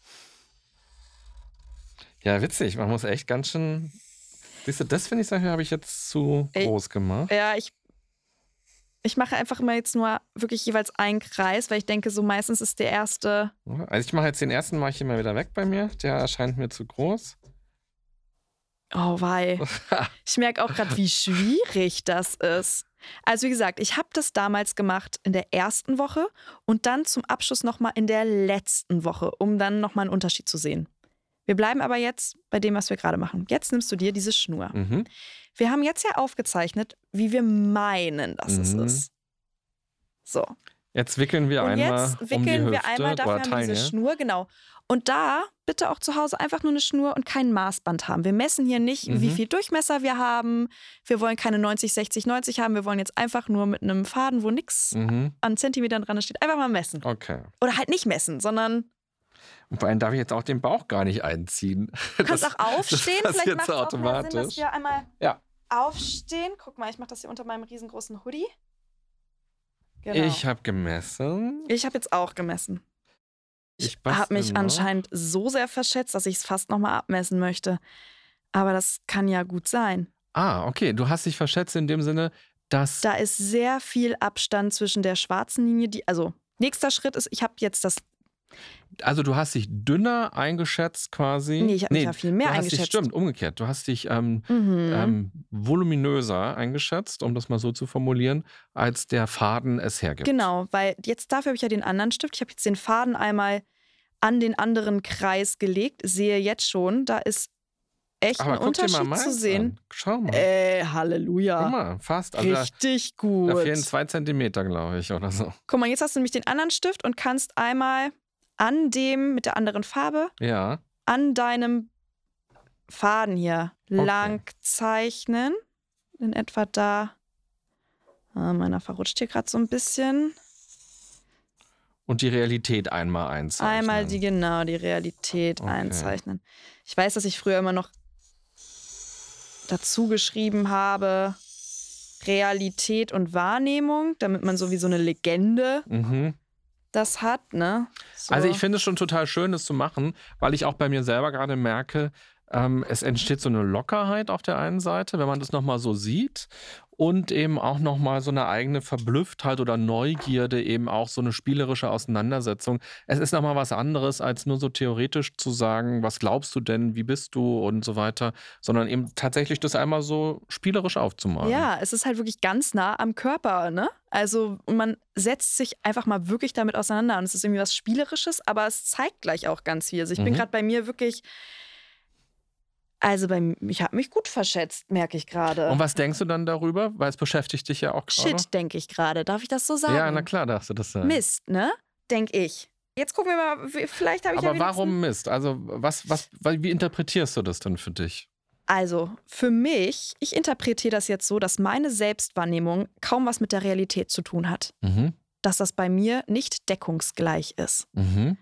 Ja, witzig. Man muss echt ganz schön. Siehst du, das finde ich, sage, habe ich jetzt zu Ey. groß gemacht. Ja, ich, ich mache einfach immer jetzt nur wirklich jeweils einen Kreis, weil ich denke, so meistens ist der erste. Also ich mache jetzt den ersten, mache ich immer wieder weg bei mir. Der erscheint mir zu groß. Oh wei. Ich merke auch gerade, wie schwierig das ist. Also wie gesagt, ich habe das damals gemacht in der ersten Woche und dann zum Abschluss nochmal in der letzten Woche, um dann nochmal einen Unterschied zu sehen. Wir bleiben aber jetzt bei dem, was wir gerade machen. Jetzt nimmst du dir diese Schnur. Mhm. Wir haben jetzt ja aufgezeichnet, wie wir meinen, dass es Mhm. ist. So. Jetzt wickeln wir Und einmal jetzt um wickeln die Hüfte wir einmal, dafür oder haben wir diese Taille. Schnur, genau. Und da bitte auch zu Hause einfach nur eine Schnur und kein Maßband haben. Wir messen hier nicht, Mhm. wie viel Durchmesser wir haben. Wir wollen keine neunzig, sechzig, neunzig haben. Wir wollen jetzt einfach nur mit einem Faden, wo nichts Mhm. an Zentimetern dran steht, einfach mal messen. Okay. Oder halt nicht messen, sondern Und vor allem darf ich jetzt auch den Bauch gar nicht einziehen. du kannst Das- auch aufstehen. Das Vielleicht passiert macht so es auch mehr Sinn, dass automatisch. wir einmal Ja. aufstehen. Guck mal, ich mache das hier unter meinem riesengroßen Hoodie. Genau. Ich habe gemessen. Ich habe jetzt auch gemessen. Ich Ich bastel habe mich noch. anscheinend so sehr verschätzt, dass ich es fast nochmal abmessen möchte. Aber das kann ja gut sein. Ah, okay. Du hast dich verschätzt in dem Sinne, dass. Da ist sehr viel Abstand zwischen der schwarzen Linie, die, also nächster Schritt ist, ich habe jetzt das, Also du hast dich dünner eingeschätzt quasi. nee, ich habe mich ja viel mehr du hast dich, eingeschätzt. stimmt, umgekehrt. Du hast dich ähm, Mhm. ähm, voluminöser eingeschätzt, um das mal so zu formulieren, als der Faden es hergibt. Genau, weil jetzt dafür habe ich ja den anderen Stift. Ich habe jetzt den Faden einmal an den anderen Kreis gelegt. Sehe jetzt schon, da ist echt Aber ein guck dir mal Unterschied meins zu sehen. an. Schau mal. Äh, Halleluja. Guck mal, fast. Also da, Richtig da gut. fehlen zwei Zentimeter, glaube ich, oder so. Guck mal, jetzt hast du nämlich den anderen Stift und kannst einmal an dem mit der anderen Farbe, Ja. an deinem Faden hier Okay. lang zeichnen. In etwa da. Ah, meiner verrutscht hier gerade so ein bisschen. Und die Realität einmal einzeichnen. Einmal die, genau, die Realität Okay. einzeichnen. Ich weiß, dass ich früher immer noch dazu geschrieben habe, Realität und Wahrnehmung, damit man so wie so eine Legende Mhm. das hat, ne? So. Also ich finde es schon total schön, das zu machen, weil ich auch bei mir selber gerade merke, ähm, es entsteht so eine Lockerheit auf der einen Seite, wenn man das nochmal so sieht und eben auch nochmal so eine eigene Verblüfftheit oder Neugierde, eben auch so eine spielerische Auseinandersetzung. Es ist nochmal was anderes, als nur so theoretisch zu sagen, was glaubst du denn, wie bist du und so weiter, sondern eben tatsächlich das einmal so spielerisch aufzumalen. Ja, es ist halt wirklich ganz nah am Körper, ne? Also und man setzt sich einfach mal wirklich damit auseinander und es ist irgendwie was Spielerisches, aber es zeigt gleich auch ganz viel. Also ich bin Mhm. gerade bei mir wirklich Also bei m- ich habe mich gut verschätzt, merke ich gerade. Und was denkst du dann darüber? Weil es beschäftigt dich ja auch gerade. Shit, denke ich gerade. Darf ich das so sagen? Ja, na klar darfst du das sagen. Mist, ne? Denke ich. Jetzt gucken wir mal, wie- vielleicht habe ich Aber ja wenigstens... warum Mist? Also was, was, wie interpretierst du das denn für dich? Also für mich, ich interpretiere das jetzt so, dass meine Selbstwahrnehmung kaum was mit der Realität zu tun hat. Mhm. Dass das bei mir nicht deckungsgleich ist. Mhm.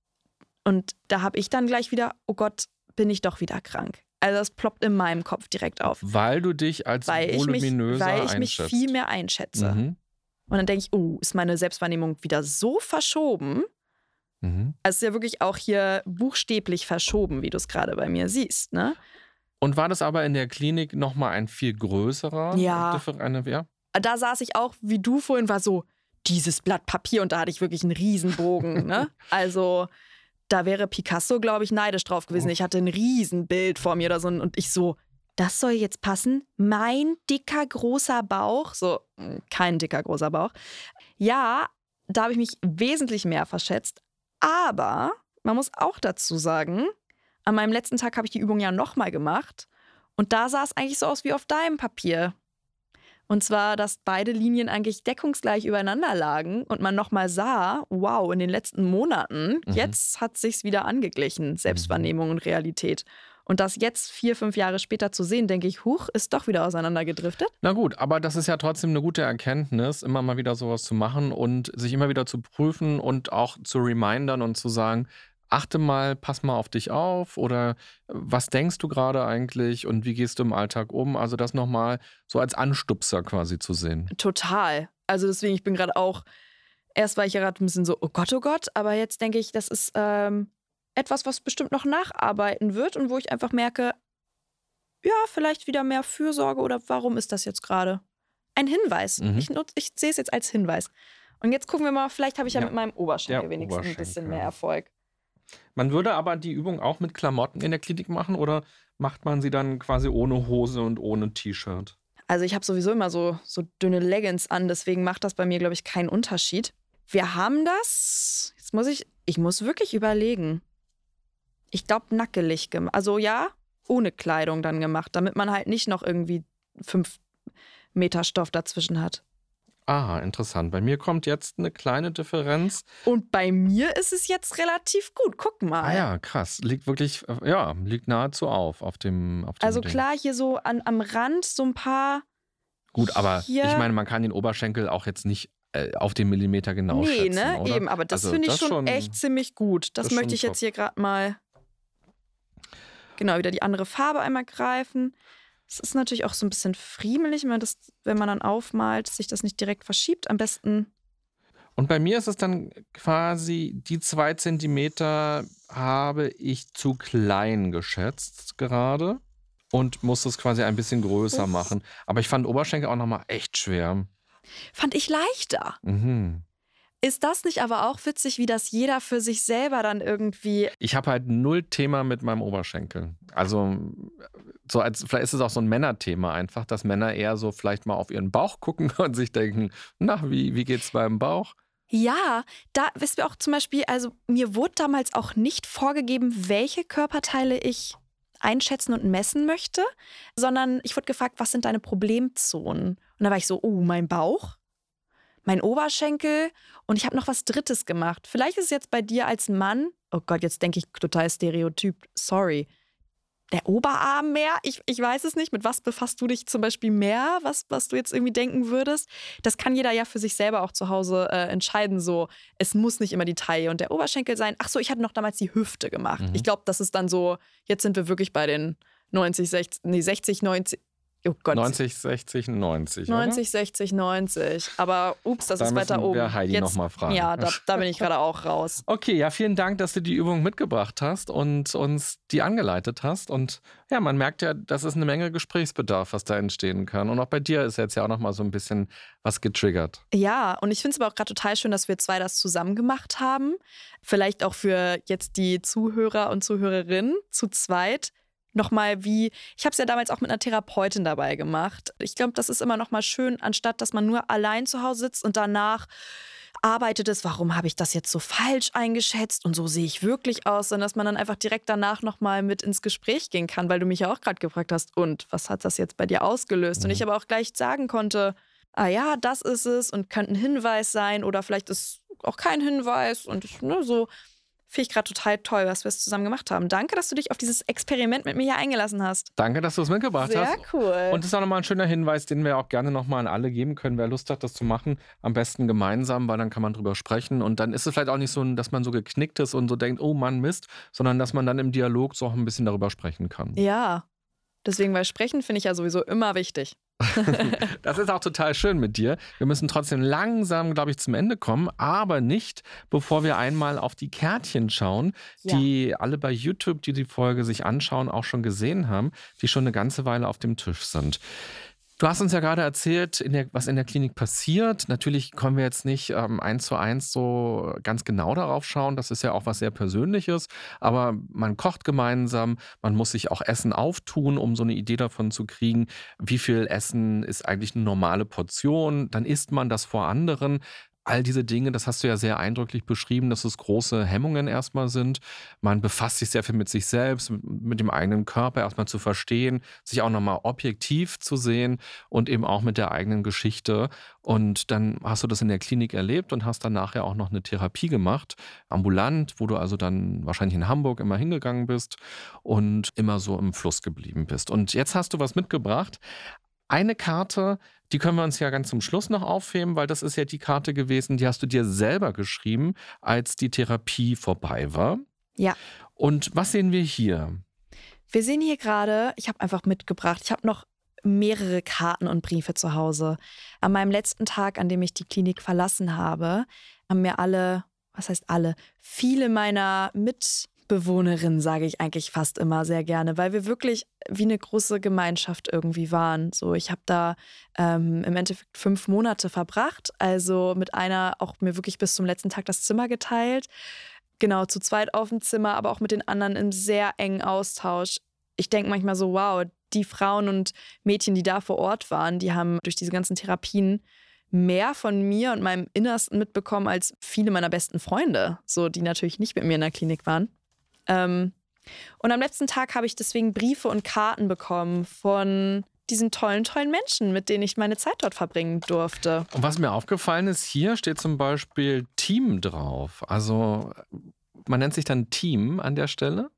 Und da habe ich dann gleich wieder, oh Gott, bin ich doch wieder krank. Also das ploppt in meinem Kopf direkt auf. Weil du dich als Weil ich mich, voluminöser weil ich mich einschätzt. viel mehr einschätze. Mhm. Und dann denke ich, oh, ist meine Selbstwahrnehmung wieder so verschoben? Mhm. Also es ist ja wirklich auch hier buchstäblich verschoben, wie du es gerade bei mir siehst, ne? Und war das aber in der Klinik nochmal ein viel größerer? Ja. Differ- eine, ja? Da saß ich auch, wie du vorhin, war so, dieses Blatt Papier und da hatte ich wirklich einen Riesenbogen, ne? Also da wäre Picasso, glaube ich, neidisch drauf gewesen. Oh. Ich hatte ein Riesenbild vor mir oder so und ich so, das soll jetzt passen? Mein dicker, großer Bauch? So, mh, kein dicker, großer Bauch. Ja, da habe ich mich wesentlich mehr verschätzt. Aber man muss auch dazu sagen, an meinem letzten Tag habe ich die Übung ja nochmal gemacht und da sah es eigentlich so aus wie auf deinem Papier. Und zwar, dass beide Linien eigentlich deckungsgleich übereinander lagen und man nochmal sah, wow, in den letzten Monaten, Mhm. jetzt hat sich's wieder angeglichen, Selbstwahrnehmung und Realität. Und das jetzt vier, fünf Jahre später zu sehen, denke ich, huch, ist doch wieder auseinandergedriftet. Na gut, aber das ist ja trotzdem eine gute Erkenntnis, immer mal wieder sowas zu machen und sich immer wieder zu prüfen und auch zu remindern und zu sagen, achte mal, pass mal auf dich auf oder was denkst du gerade eigentlich und wie gehst du im Alltag um? Also das nochmal so als Anstupser quasi zu sehen. Total. Also deswegen, ich bin gerade auch, erst war ich ja gerade ein bisschen so, oh Gott, oh Gott, aber jetzt denke ich, das ist ähm, etwas, was bestimmt noch nacharbeiten wird und wo ich einfach merke, ja, vielleicht wieder mehr Fürsorge oder warum ist das jetzt gerade? Ein Hinweis. Mhm. Ich, nutz, ich sehe es jetzt als Hinweis. Und jetzt gucken wir mal, vielleicht habe ich ja, Ja. mit meinem Oberschenkel Der wenigstens ein Oberschenkel. bisschen mehr Erfolg. Man würde aber die Übung auch mit Klamotten in der Klinik machen oder macht man sie dann quasi ohne Hose und ohne T-Shirt? Also ich habe sowieso immer so, so dünne Leggings an, deswegen macht das bei mir, glaube ich, keinen Unterschied. Wir haben das, jetzt muss ich, ich muss wirklich überlegen. Ich glaube, nackelig gemacht. Also ja, ohne Kleidung dann gemacht, damit man halt nicht noch irgendwie fünf Meter Stoff dazwischen hat. Ah, interessant. Bei mir kommt jetzt eine kleine Differenz. Und bei mir ist es jetzt relativ gut. Guck mal. Ah ja, krass. Liegt wirklich, äh, ja, liegt nahezu auf, auf dem, auf dem Also Ding. klar, hier so an, am Rand so ein paar. Gut, aber hier- ich meine, man kann den Oberschenkel auch jetzt nicht äh, auf den Millimeter genau nee, schätzen, ne? oder? Eben, aber das Also finde ich das schon, schon- echt ziemlich gut. Das, das ist möchte schon ich jetzt top. hier gerade mal. Genau, wieder die andere Farbe einmal greifen. Es ist natürlich auch so ein bisschen friemelig, wenn man, das, wenn man dann aufmalt, sich das nicht direkt verschiebt. Am besten. Und bei mir ist es dann quasi, die zwei Zentimeter habe ich zu klein geschätzt gerade und muss es quasi ein bisschen größer Uff. machen. Aber ich fand Oberschenkel auch nochmal echt schwer. Fand ich leichter. Mhm. Ist das nicht aber auch witzig, wie das jeder für sich selber dann irgendwie. Ich habe halt null Thema mit meinem Oberschenkel. Also so als, vielleicht ist es auch so ein Männerthema einfach, dass Männer eher so vielleicht mal auf ihren Bauch gucken und sich denken, na, wie, wie geht's beim Bauch? Ja, da wissen wir auch zum Beispiel, also mir wurde damals auch nicht vorgegeben, welche Körperteile ich einschätzen und messen möchte, sondern ich wurde gefragt, was sind deine Problemzonen? Und da war ich so, oh, mein Bauch, mein Oberschenkel und ich habe noch was Drittes gemacht. Vielleicht ist es jetzt bei dir als Mann, oh Gott, jetzt denke ich total stereotyp, sorry, der Oberarm mehr? Ich, ich weiß es nicht. Mit was befasst du dich zum Beispiel mehr, was, was du jetzt irgendwie denken würdest? Das kann jeder ja für sich selber auch zu Hause äh, entscheiden. So, es muss nicht immer die Taille und der Oberschenkel sein. Ach so, ich hatte noch damals die Hüfte gemacht. Mhm. Ich glaube, das ist dann so, jetzt sind wir wirklich bei den neunzig, sechzig, nee, sechzig, neunzig, oh Gott. neunzig, sechzig, neunzig. neunzig, sechzig, neunzig. Aber ups, das Da ist weiter müssen oben. wir Heidi noch mal fragen. Ja, da, da bin ich gerade auch raus. Okay, ja, vielen Dank, dass du die Übung mitgebracht hast und uns die angeleitet hast. Und ja, man merkt ja, das ist eine Menge Gesprächsbedarf, was da entstehen kann. Und auch bei dir ist jetzt ja auch noch mal so ein bisschen was getriggert. Ja, und ich finde es aber auch gerade total schön, dass wir zwei das zusammen gemacht haben. Vielleicht auch für jetzt die Zuhörer und Zuhörerinnen zu zweit. Nochmal wie, ich habe es ja damals auch mit einer Therapeutin dabei gemacht. Ich glaube, das ist immer nochmal schön, anstatt dass man nur allein zu Hause sitzt und danach arbeitet es, warum habe ich das jetzt so falsch eingeschätzt und so sehe ich wirklich aus, sondern dass man dann einfach direkt danach nochmal mit ins Gespräch gehen kann, weil du mich ja auch gerade gefragt hast, und was hat das jetzt bei dir ausgelöst? Mhm. Und ich aber auch gleich sagen konnte, ah ja, das ist es und könnte ein Hinweis sein oder vielleicht ist auch kein Hinweis und ich, ne, so finde ich gerade total toll, was wir es zusammen gemacht haben. Danke, dass du dich auf dieses Experiment mit mir hier eingelassen hast. Danke, dass du es mitgebracht Sehr hast. Sehr cool. Und das ist auch nochmal ein schöner Hinweis, den wir auch gerne nochmal an alle geben können. Wer Lust hat, das zu machen, am besten gemeinsam, weil dann kann man drüber sprechen. Und dann ist es vielleicht auch nicht so, dass man so geknickt ist und so denkt, oh Mann, Mist, sondern dass man dann im Dialog so auch ein bisschen darüber sprechen kann. Ja, deswegen, weil sprechen finde ich ja sowieso immer wichtig. Das ist auch total schön mit dir. Wir müssen trotzdem langsam, glaube ich, zum Ende kommen, aber nicht, bevor wir einmal auf die Kärtchen schauen, Ja. die alle bei YouTube, die die Folge sich anschauen, auch schon gesehen haben, die schon eine ganze Weile auf dem Tisch sind. Du hast uns ja gerade erzählt, in der, was in der Klinik passiert. Natürlich können wir jetzt nicht ähm, eins zu eins so ganz genau darauf schauen. Das ist ja auch was sehr Persönliches. Aber man kocht gemeinsam, man muss sich auch Essen auftun, um so eine Idee davon zu kriegen, wie viel Essen ist eigentlich eine normale Portion. Dann isst man das vor anderen. All diese Dinge, das hast du ja sehr eindrücklich beschrieben, dass es große Hemmungen erstmal sind. Man befasst sich sehr viel mit sich selbst, mit, mit dem eigenen Körper erstmal zu verstehen, sich auch nochmal objektiv zu sehen und eben auch mit der eigenen Geschichte. Und dann hast du das in der Klinik erlebt und hast dann nachher auch noch eine Therapie gemacht, ambulant, wo du also dann wahrscheinlich in Hamburg immer hingegangen bist und immer so im Fluss geblieben bist. Und jetzt hast du was mitgebracht. Eine Karte, die können wir uns ja ganz zum Schluss noch aufheben, weil das ist ja die Karte gewesen, die hast du dir selber geschrieben, als die Therapie vorbei war. Ja. Und was sehen wir hier? Wir sehen hier gerade, ich habe einfach mitgebracht, ich habe noch mehrere Karten und Briefe zu Hause. An meinem letzten Tag, an dem ich die Klinik verlassen habe, haben mir alle, was heißt alle, viele meiner Mitbewohnerinnen, sage ich eigentlich fast immer sehr gerne, weil wir wirklich wie eine große Gemeinschaft irgendwie waren. So, ich habe da ähm, im Endeffekt fünf Monate verbracht, also mit einer auch mir wirklich bis zum letzten Tag das Zimmer geteilt. Genau, zu zweit auf dem Zimmer, aber auch mit den anderen im sehr engen Austausch. Ich denke manchmal so, wow, die Frauen und Mädchen, die da vor Ort waren, die haben durch diese ganzen Therapien mehr von mir und meinem Innersten mitbekommen als viele meiner besten Freunde, so die natürlich nicht mit mir in der Klinik waren. Ähm, und am letzten Tag habe ich deswegen Briefe und Karten bekommen von diesen tollen, tollen Menschen, mit denen ich meine Zeit dort verbringen durfte. Und was mir aufgefallen ist, hier steht zum Beispiel Team drauf. Also man nennt sich dann Team an der Stelle.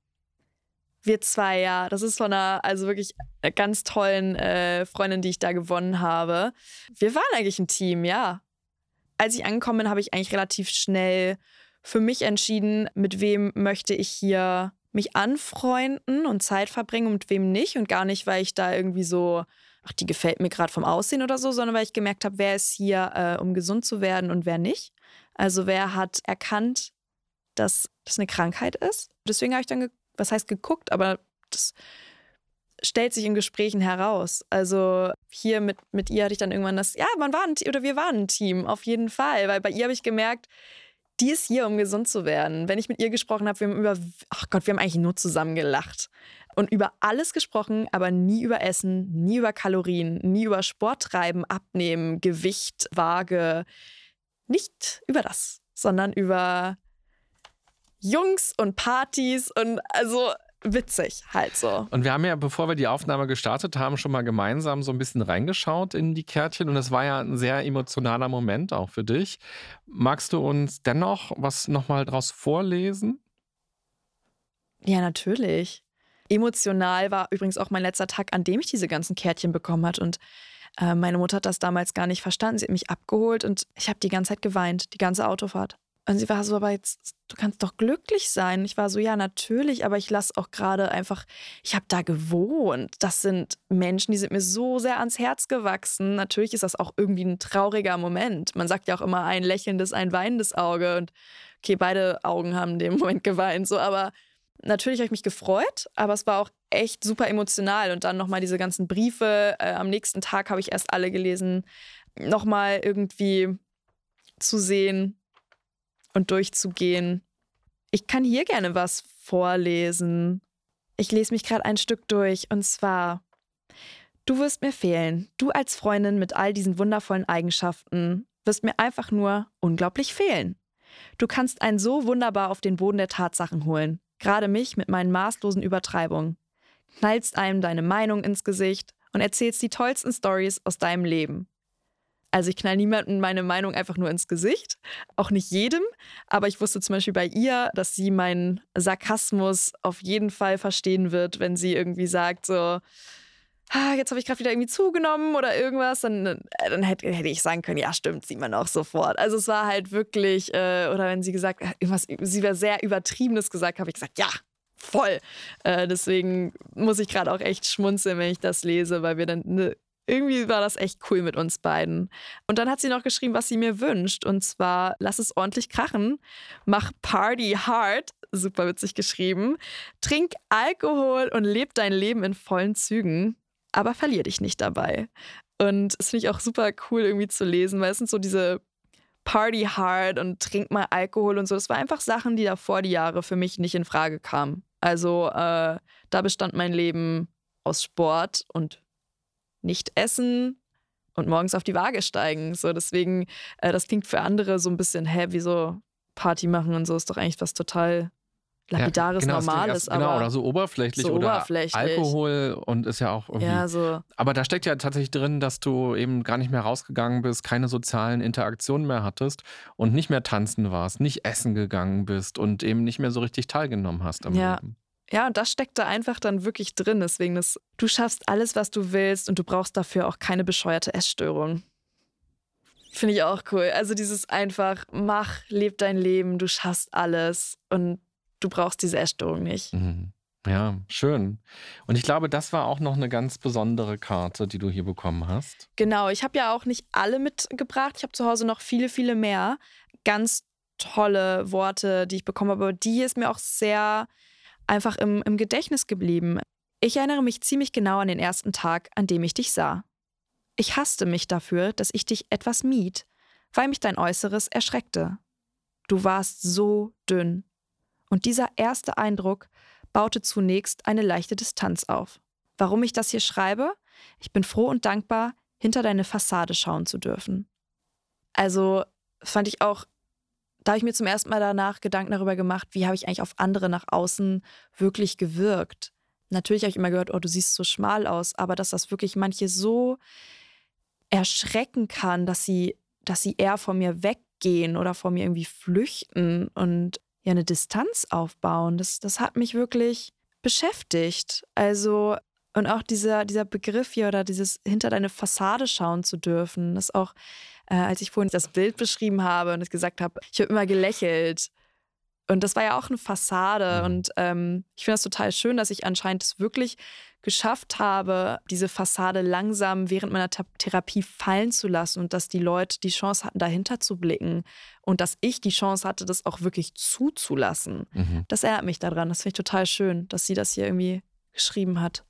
Wir zwei, ja. Das ist von einer, also wirklich ganz tollen äh, Freundin, die ich da gewonnen habe. Wir waren eigentlich ein Team, ja. Als ich angekommen bin, habe ich eigentlich relativ schnell für mich entschieden, mit wem möchte ich hier mich anfreunden und Zeit verbringen und mit wem nicht. Und gar nicht, weil ich da irgendwie so, ach, die gefällt mir gerade vom Aussehen oder so, sondern weil ich gemerkt habe, wer ist hier, äh, um gesund zu werden und wer nicht. Also wer hat erkannt, dass das eine Krankheit ist. Deswegen habe ich dann, ge- was heißt geguckt, aber das stellt sich in Gesprächen heraus. Also hier mit, mit ihr hatte ich dann irgendwann das, ja, man war ein Team, oder wir waren ein Team, auf jeden Fall. Weil bei ihr habe ich gemerkt, die ist hier, um gesund zu werden. Wenn ich mit ihr gesprochen habe, wir haben über, ach Gott, wir haben eigentlich nur zusammen gelacht. Und über alles gesprochen, aber nie über Essen, nie über Kalorien, nie über Sport treiben, abnehmen, Gewicht, Waage. Nicht über das, sondern über Jungs und Partys und also witzig halt so. Und wir haben ja, bevor wir die Aufnahme gestartet haben, schon mal gemeinsam so ein bisschen reingeschaut in die Kärtchen und es war ja ein sehr emotionaler Moment auch für dich. Magst du uns dennoch was nochmal draus vorlesen? Ja, natürlich. Emotional war übrigens auch mein letzter Tag, an dem ich diese ganzen Kärtchen bekommen hat und äh, meine Mutter hat das damals gar nicht verstanden. Sie hat mich abgeholt und ich habe die ganze Zeit geweint, die ganze Autofahrt. Und sie war so, aber jetzt, du kannst doch glücklich sein. Ich war so, ja, natürlich, aber ich lasse auch gerade einfach, ich habe da gewohnt. Das sind Menschen, die sind mir so sehr ans Herz gewachsen. Natürlich ist das auch irgendwie ein trauriger Moment. Man sagt ja auch immer, ein lächelndes, ein weinendes Auge. Und okay, beide Augen haben in dem Moment geweint, so, aber natürlich habe ich mich gefreut, aber es war auch echt super emotional. Und dann nochmal diese ganzen Briefe. Äh, am nächsten Tag habe ich erst alle gelesen. Nochmal irgendwie zu sehen und durchzugehen. Ich kann hier gerne was vorlesen. Ich lese mich gerade ein Stück durch und zwar: Du wirst mir fehlen, du als Freundin mit all diesen wundervollen Eigenschaften. wirst mir einfach nur unglaublich fehlen. Du kannst einen so wunderbar auf den Boden der Tatsachen holen, gerade mich mit meinen maßlosen Übertreibungen. Knallst einem deine Meinung ins Gesicht und erzählst die tollsten Storys aus deinem Leben. Also ich knall niemandem meine Meinung einfach nur ins Gesicht, auch nicht jedem, aber ich wusste zum Beispiel bei ihr, dass sie meinen Sarkasmus auf jeden Fall verstehen wird, wenn sie irgendwie sagt so, ah, jetzt habe ich gerade wieder irgendwie zugenommen oder irgendwas, dann, dann hätte, hätte ich sagen können, ja stimmt, sieht man auch sofort. Also es war halt wirklich, äh, oder wenn sie gesagt, irgendwas, sie war sehr Übertriebenes gesagt, habe ich gesagt, ja, voll. Äh, deswegen muss ich gerade auch echt schmunzeln, wenn ich das lese, weil wir dann eine Irgendwie war das echt cool mit uns beiden. Und dann hat sie noch geschrieben, was sie mir wünscht. Und zwar, lass es ordentlich krachen, mach Party hard, super witzig geschrieben, trink Alkohol und leb dein Leben in vollen Zügen, aber verlier dich nicht dabei. Und das finde ich auch super cool irgendwie zu lesen, weil es sind so diese Party hard und trink mal Alkohol und so. Das war einfach Sachen, die davor die Jahre für mich nicht in Frage kamen. Also äh, da bestand mein Leben aus Sport und nicht essen und morgens auf die Waage steigen. So, deswegen, äh, das klingt für andere so ein bisschen, hä, wieso Party machen und so, ist doch eigentlich was total Lapidares, ja, genau, Normales. Erst, genau, aber oder so oberflächlich so oder oberflächlich. Alkohol und ist ja auch irgendwie. Ja, so. Aber da steckt ja tatsächlich drin, dass du eben gar nicht mehr rausgegangen bist, keine sozialen Interaktionen mehr hattest und nicht mehr tanzen warst, nicht essen gegangen bist und eben nicht mehr so richtig teilgenommen hast am Ja. Leben. Ja, und das steckt da einfach dann wirklich drin. Deswegen, das, du schaffst alles, was du willst und du brauchst dafür auch keine bescheuerte Essstörung. Finde ich auch cool. Also dieses einfach, mach, leb dein Leben, du schaffst alles und du brauchst diese Essstörung nicht. Mhm. Ja, schön. Und ich glaube, das war auch noch eine ganz besondere Karte, die du hier bekommen hast. Genau, ich habe ja auch nicht alle mitgebracht. Ich habe zu Hause noch viele, viele mehr. Ganz tolle Worte, die ich bekommen habe. Aber die ist mir auch sehr einfach im, im Gedächtnis geblieben. Ich erinnere mich ziemlich genau an den ersten Tag, an dem ich dich sah. Ich hasste mich dafür, dass ich dich etwas mied, weil mich dein Äußeres erschreckte. Du warst so dünn. Und dieser erste Eindruck baute zunächst eine leichte Distanz auf. Warum ich das hier schreibe? Ich bin froh und dankbar, hinter deine Fassade schauen zu dürfen. Also fand ich auch, da habe ich mir zum ersten Mal danach Gedanken darüber gemacht, wie habe ich eigentlich auf andere nach außen wirklich gewirkt. Natürlich habe ich immer gehört, oh, du siehst so schmal aus, aber dass das wirklich manche so erschrecken kann, dass sie, dass sie eher vor mir weggehen oder vor mir irgendwie flüchten und ja eine Distanz aufbauen, das, das hat mich wirklich beschäftigt. Also, und auch dieser, dieser Begriff hier oder dieses hinter deine Fassade schauen zu dürfen, das auch, äh, als ich vorhin das Bild beschrieben habe und ich gesagt habe, ich habe immer gelächelt. Und das war ja auch eine Fassade. Mhm. Und ähm, ich finde das total schön, dass ich anscheinend es wirklich geschafft habe, diese Fassade langsam während meiner Ta- Therapie fallen zu lassen und dass die Leute die Chance hatten, dahinter zu blicken und dass ich die Chance hatte, das auch wirklich zuzulassen. Mhm. Das erinnert mich daran. Das finde ich total schön, dass sie das hier irgendwie geschrieben hat.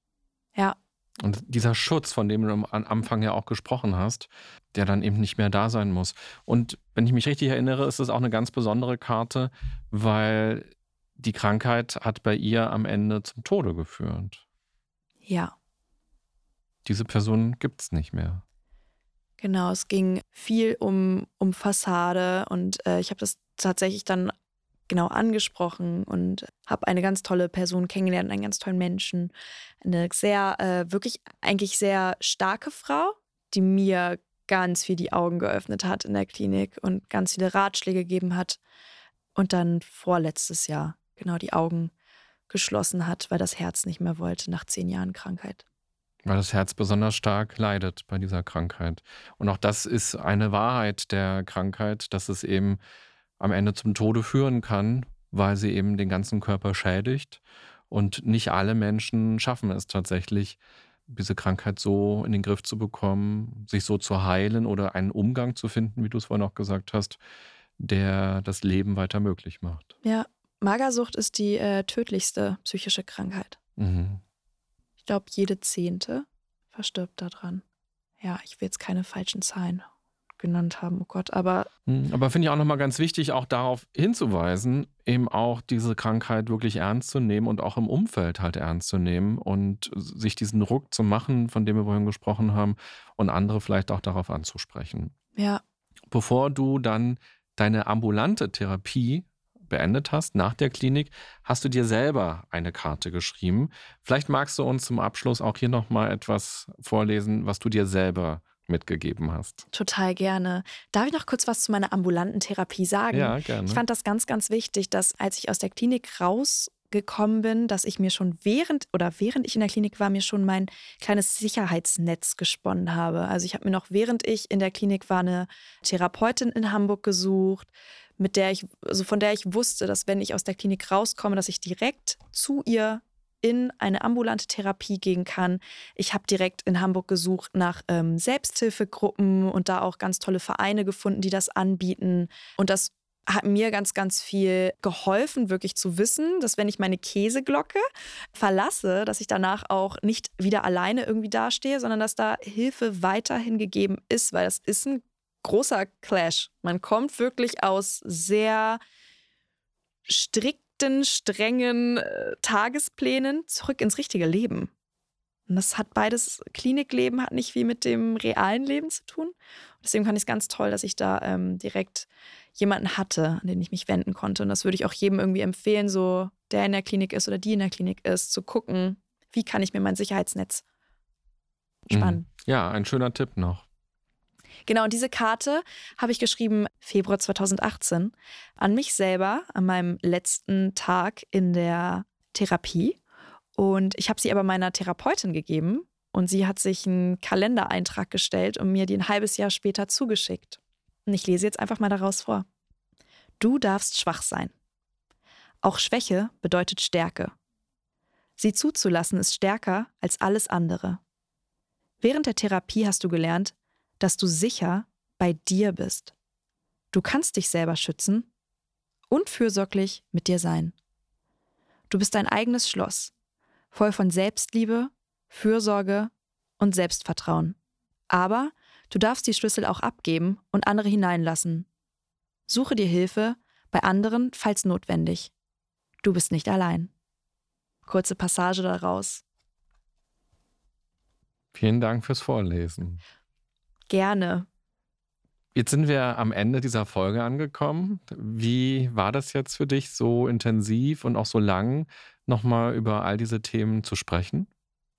Ja. Und dieser Schutz, von dem du am Anfang ja auch gesprochen hast, der dann eben nicht mehr da sein muss. Und wenn ich mich richtig erinnere, ist es auch eine ganz besondere Karte, weil die Krankheit hat bei ihr am Ende zum Tode geführt. Ja. Diese Person gibt es nicht mehr. Genau, es ging viel um, um Fassade und äh, ich habe das tatsächlich dann genau angesprochen und habe eine ganz tolle Person kennengelernt, einen ganz tollen Menschen. Eine sehr, äh, wirklich eigentlich sehr starke Frau, die mir ganz viel die Augen geöffnet hat in der Klinik und ganz viele Ratschläge gegeben hat. Und dann vorletztes Jahr genau die Augen geschlossen hat, weil das Herz nicht mehr wollte nach zehn Jahren Krankheit. Weil das Herz besonders stark leidet bei dieser Krankheit. Und auch das ist eine Wahrheit der Krankheit, dass es eben am Ende zum Tode führen kann, weil sie eben den ganzen Körper schädigt. Und nicht alle Menschen schaffen es tatsächlich, diese Krankheit so in den Griff zu bekommen, sich so zu heilen oder einen Umgang zu finden, wie du es vorhin auch gesagt hast, der das Leben weiter möglich macht. Ja, Magersucht ist die äh, tödlichste psychische Krankheit. Mhm. Ich glaube, jede Zehnte verstirbt daran. Ja, ich will jetzt keine falschen Zahlen genannt haben, oh Gott, aber... Aber finde ich auch nochmal ganz wichtig, auch darauf hinzuweisen, eben auch diese Krankheit wirklich ernst zu nehmen und auch im Umfeld halt ernst zu nehmen und sich diesen Ruck zu machen, von dem wir vorhin gesprochen haben, und andere vielleicht auch darauf anzusprechen. Ja, Bevor du dann deine ambulante Therapie beendet hast, nach der Klinik, hast du dir selber eine Karte geschrieben. Vielleicht magst du uns zum Abschluss auch hier nochmal etwas vorlesen, was du dir selber mitgegeben hast. Total gerne. Darf ich noch kurz was zu meiner ambulanten Therapie sagen? Ja, gerne. Ich fand das ganz, ganz wichtig, dass als ich aus der Klinik rausgekommen bin, dass ich mir schon während oder während ich in der Klinik war, mir schon mein kleines Sicherheitsnetz gesponnen habe. Also ich habe mir noch, während ich in der Klinik war, eine Therapeutin in Hamburg gesucht, mit der ich, also von der ich wusste, dass wenn ich aus der Klinik rauskomme, dass ich direkt zu ihr in eine ambulante Therapie gehen kann. Ich habe direkt in Hamburg gesucht nach ähm, Selbsthilfegruppen und da auch ganz tolle Vereine gefunden, die das anbieten. Und das hat mir ganz, ganz viel geholfen, wirklich zu wissen, dass wenn ich meine Käseglocke verlasse, dass ich danach auch nicht wieder alleine irgendwie dastehe, sondern dass da Hilfe weiterhin gegeben ist, weil das ist ein großer Clash. Man kommt wirklich aus sehr strikten, strengen äh, Tagesplänen zurück ins richtige Leben. Und das hat beides, Klinikleben hat nicht viel mit dem realen Leben zu tun. Deswegen fand ich es ganz toll, dass ich da ähm, direkt jemanden hatte, an den ich mich wenden konnte. Und das würde ich auch jedem irgendwie empfehlen, so der in der Klinik ist oder die in der Klinik ist, zu gucken, wie kann ich mir mein Sicherheitsnetz spannen. Ja, ein schöner Tipp noch. Genau, und diese Karte habe ich geschrieben Februar zweitausendachtzehn an mich selber, an meinem letzten Tag in der Therapie. Und ich habe sie aber meiner Therapeutin gegeben und sie hat sich einen Kalendereintrag gestellt und mir die ein halbes Jahr später zugeschickt. Und ich lese jetzt einfach mal daraus vor. Du darfst schwach sein. Auch Schwäche bedeutet Stärke. Sie zuzulassen ist stärker als alles andere. Während der Therapie hast du gelernt, dass du sicher bei dir bist. Du kannst dich selber schützen und fürsorglich mit dir sein. Du bist dein eigenes Schloss, voll von Selbstliebe, Fürsorge und Selbstvertrauen. Aber du darfst die Schlüssel auch abgeben und andere hineinlassen. Suche dir Hilfe bei anderen, falls notwendig. Du bist nicht allein. Kurze Passage daraus. Vielen Dank fürs Vorlesen. Gerne. Jetzt sind wir am Ende dieser Folge angekommen. Wie war das jetzt für dich, so intensiv und auch so lang nochmal über all diese Themen zu sprechen?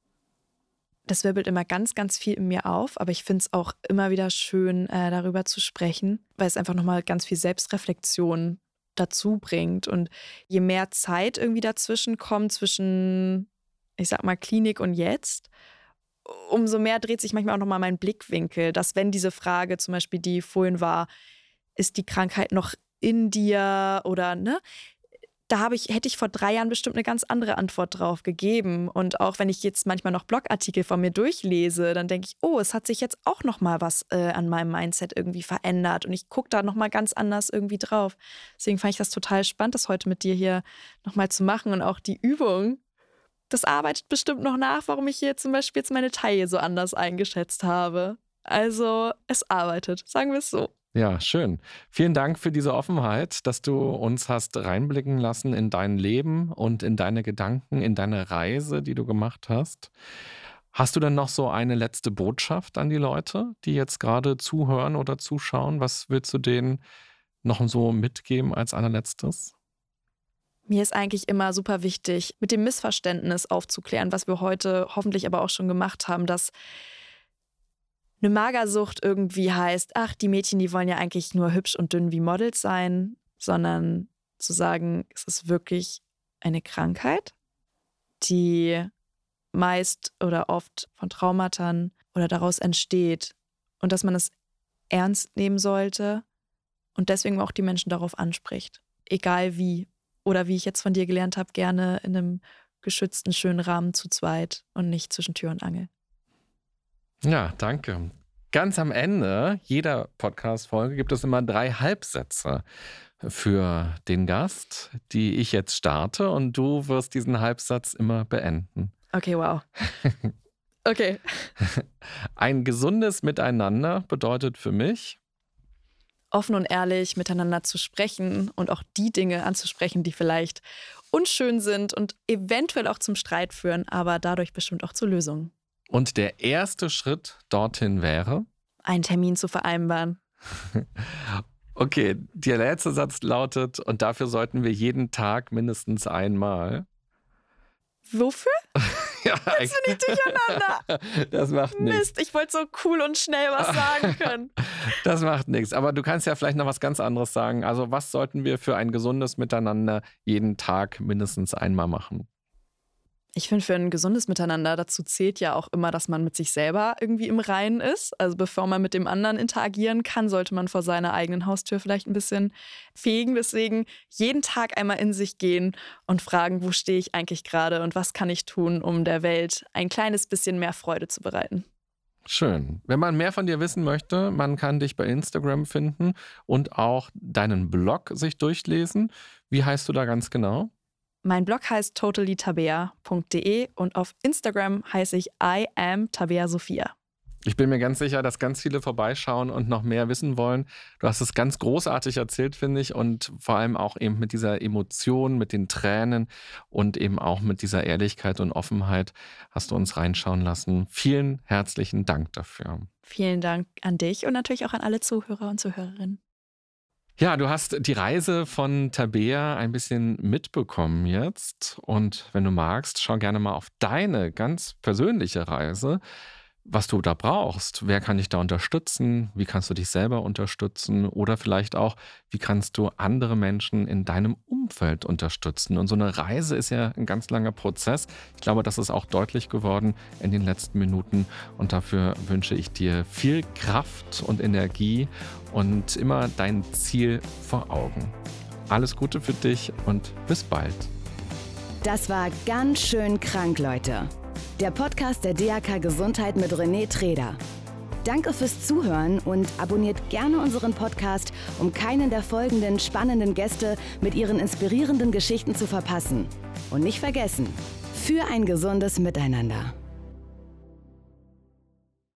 Das wirbelt immer ganz, ganz viel in mir auf, aber ich finde es auch immer wieder schön, äh, darüber zu sprechen, weil es einfach nochmal ganz viel Selbstreflexion dazu bringt. Und je mehr Zeit irgendwie dazwischen kommt, zwischen, ich sag mal, Klinik und jetzt, umso mehr dreht sich manchmal auch nochmal mein Blickwinkel, dass wenn diese Frage zum Beispiel, die vorhin war, ist die Krankheit noch in dir oder ne, da habe ich, hätte ich vor drei Jahren bestimmt eine ganz andere Antwort drauf gegeben. Und auch wenn ich jetzt manchmal noch Blogartikel von mir durchlese, dann denke ich, oh, es hat sich jetzt auch nochmal was äh, an meinem Mindset irgendwie verändert und ich gucke da nochmal ganz anders irgendwie drauf. Deswegen fand ich das total spannend, das heute mit dir hier nochmal zu machen und auch die Übung. Das arbeitet bestimmt noch nach, warum ich hier zum Beispiel jetzt meine Taille so anders eingeschätzt habe. Also es arbeitet, sagen wir es so. Ja, schön. Vielen Dank für diese Offenheit, dass du uns hast reinblicken lassen in dein Leben und in deine Gedanken, in deine Reise, die du gemacht hast. Hast du denn noch so eine letzte Botschaft an die Leute, die jetzt gerade zuhören oder zuschauen? Was willst du denen noch so mitgeben als allerletztes? Mir ist eigentlich immer super wichtig, mit dem Missverständnis aufzuklären, was wir heute hoffentlich aber auch schon gemacht haben, dass eine Magersucht irgendwie heißt, ach, die Mädchen, die wollen ja eigentlich nur hübsch und dünn wie Models sein, sondern zu sagen, es ist wirklich eine Krankheit, die meist oder oft von Traumata oder daraus entsteht und dass man es ernst nehmen sollte und deswegen auch die Menschen darauf anspricht, egal wie. Oder wie ich jetzt von dir gelernt habe, gerne in einem geschützten, schönen Rahmen zu zweit und nicht zwischen Tür und Angel. Ja, danke. Ganz am Ende jeder Podcast-Folge gibt es immer drei Halbsätze für den Gast, die ich jetzt starte und du wirst diesen Halbsatz immer beenden. Okay, wow. Okay. Ein gesundes Miteinander bedeutet für mich, offen und ehrlich miteinander zu sprechen und auch die Dinge anzusprechen, die vielleicht unschön sind und eventuell auch zum Streit führen, aber dadurch bestimmt auch zu Lösungen. Und der erste Schritt dorthin wäre? Einen Termin zu vereinbaren. Okay, der letzte Satz lautet, und dafür sollten wir jeden Tag mindestens einmal. Wofür? Ja, jetzt bin ich durcheinander. Das macht nichts. Mist, ich wollte so cool und schnell was sagen können. Das macht nichts. Aber du kannst ja vielleicht noch was ganz anderes sagen. Also was sollten wir für ein gesundes Miteinander jeden Tag mindestens einmal machen? Ich finde, für ein gesundes Miteinander, dazu zählt ja auch immer, dass man mit sich selber irgendwie im Reinen ist. Also bevor man mit dem anderen interagieren kann, sollte man vor seiner eigenen Haustür vielleicht ein bisschen fegen. Deswegen jeden Tag einmal in sich gehen und fragen, wo stehe ich eigentlich gerade und was kann ich tun, um der Welt ein kleines bisschen mehr Freude zu bereiten. Schön. Wenn man mehr von dir wissen möchte, man kann dich bei Instagram finden und auch deinen Blog sich durchlesen. Wie heißt du da ganz genau? Mein Blog heißt totally tabea punkt de und auf Instagram heiße ich I am Tabea Sophia. Ich bin mir ganz sicher, dass ganz viele vorbeischauen und noch mehr wissen wollen. Du hast es ganz großartig erzählt, finde ich, und vor allem auch eben mit dieser Emotion, mit den Tränen und eben auch mit dieser Ehrlichkeit und Offenheit hast du uns reinschauen lassen. Vielen herzlichen Dank dafür. Vielen Dank an dich und natürlich auch an alle Zuhörer und Zuhörerinnen. Ja, du hast die Reise von Tabea ein bisschen mitbekommen jetzt. Und wenn du magst, schau gerne mal auf deine ganz persönliche Reise, was du da brauchst. Wer kann dich da unterstützen? Wie kannst du dich selber unterstützen? Oder vielleicht auch, wie kannst du andere Menschen in deinem Umfeld unterstützen? Und so eine Reise ist ja ein ganz langer Prozess. Ich glaube, das ist auch deutlich geworden in den letzten Minuten. Und dafür wünsche ich dir viel Kraft und Energie und immer dein Ziel vor Augen. Alles Gute für dich und bis bald. Das war ganz schön krank, Leute. Der Podcast der D A K Gesundheit mit René Treder. Danke fürs Zuhören und abonniert gerne unseren Podcast, um keinen der folgenden spannenden Gäste mit ihren inspirierenden Geschichten zu verpassen. Und nicht vergessen, für ein gesundes Miteinander.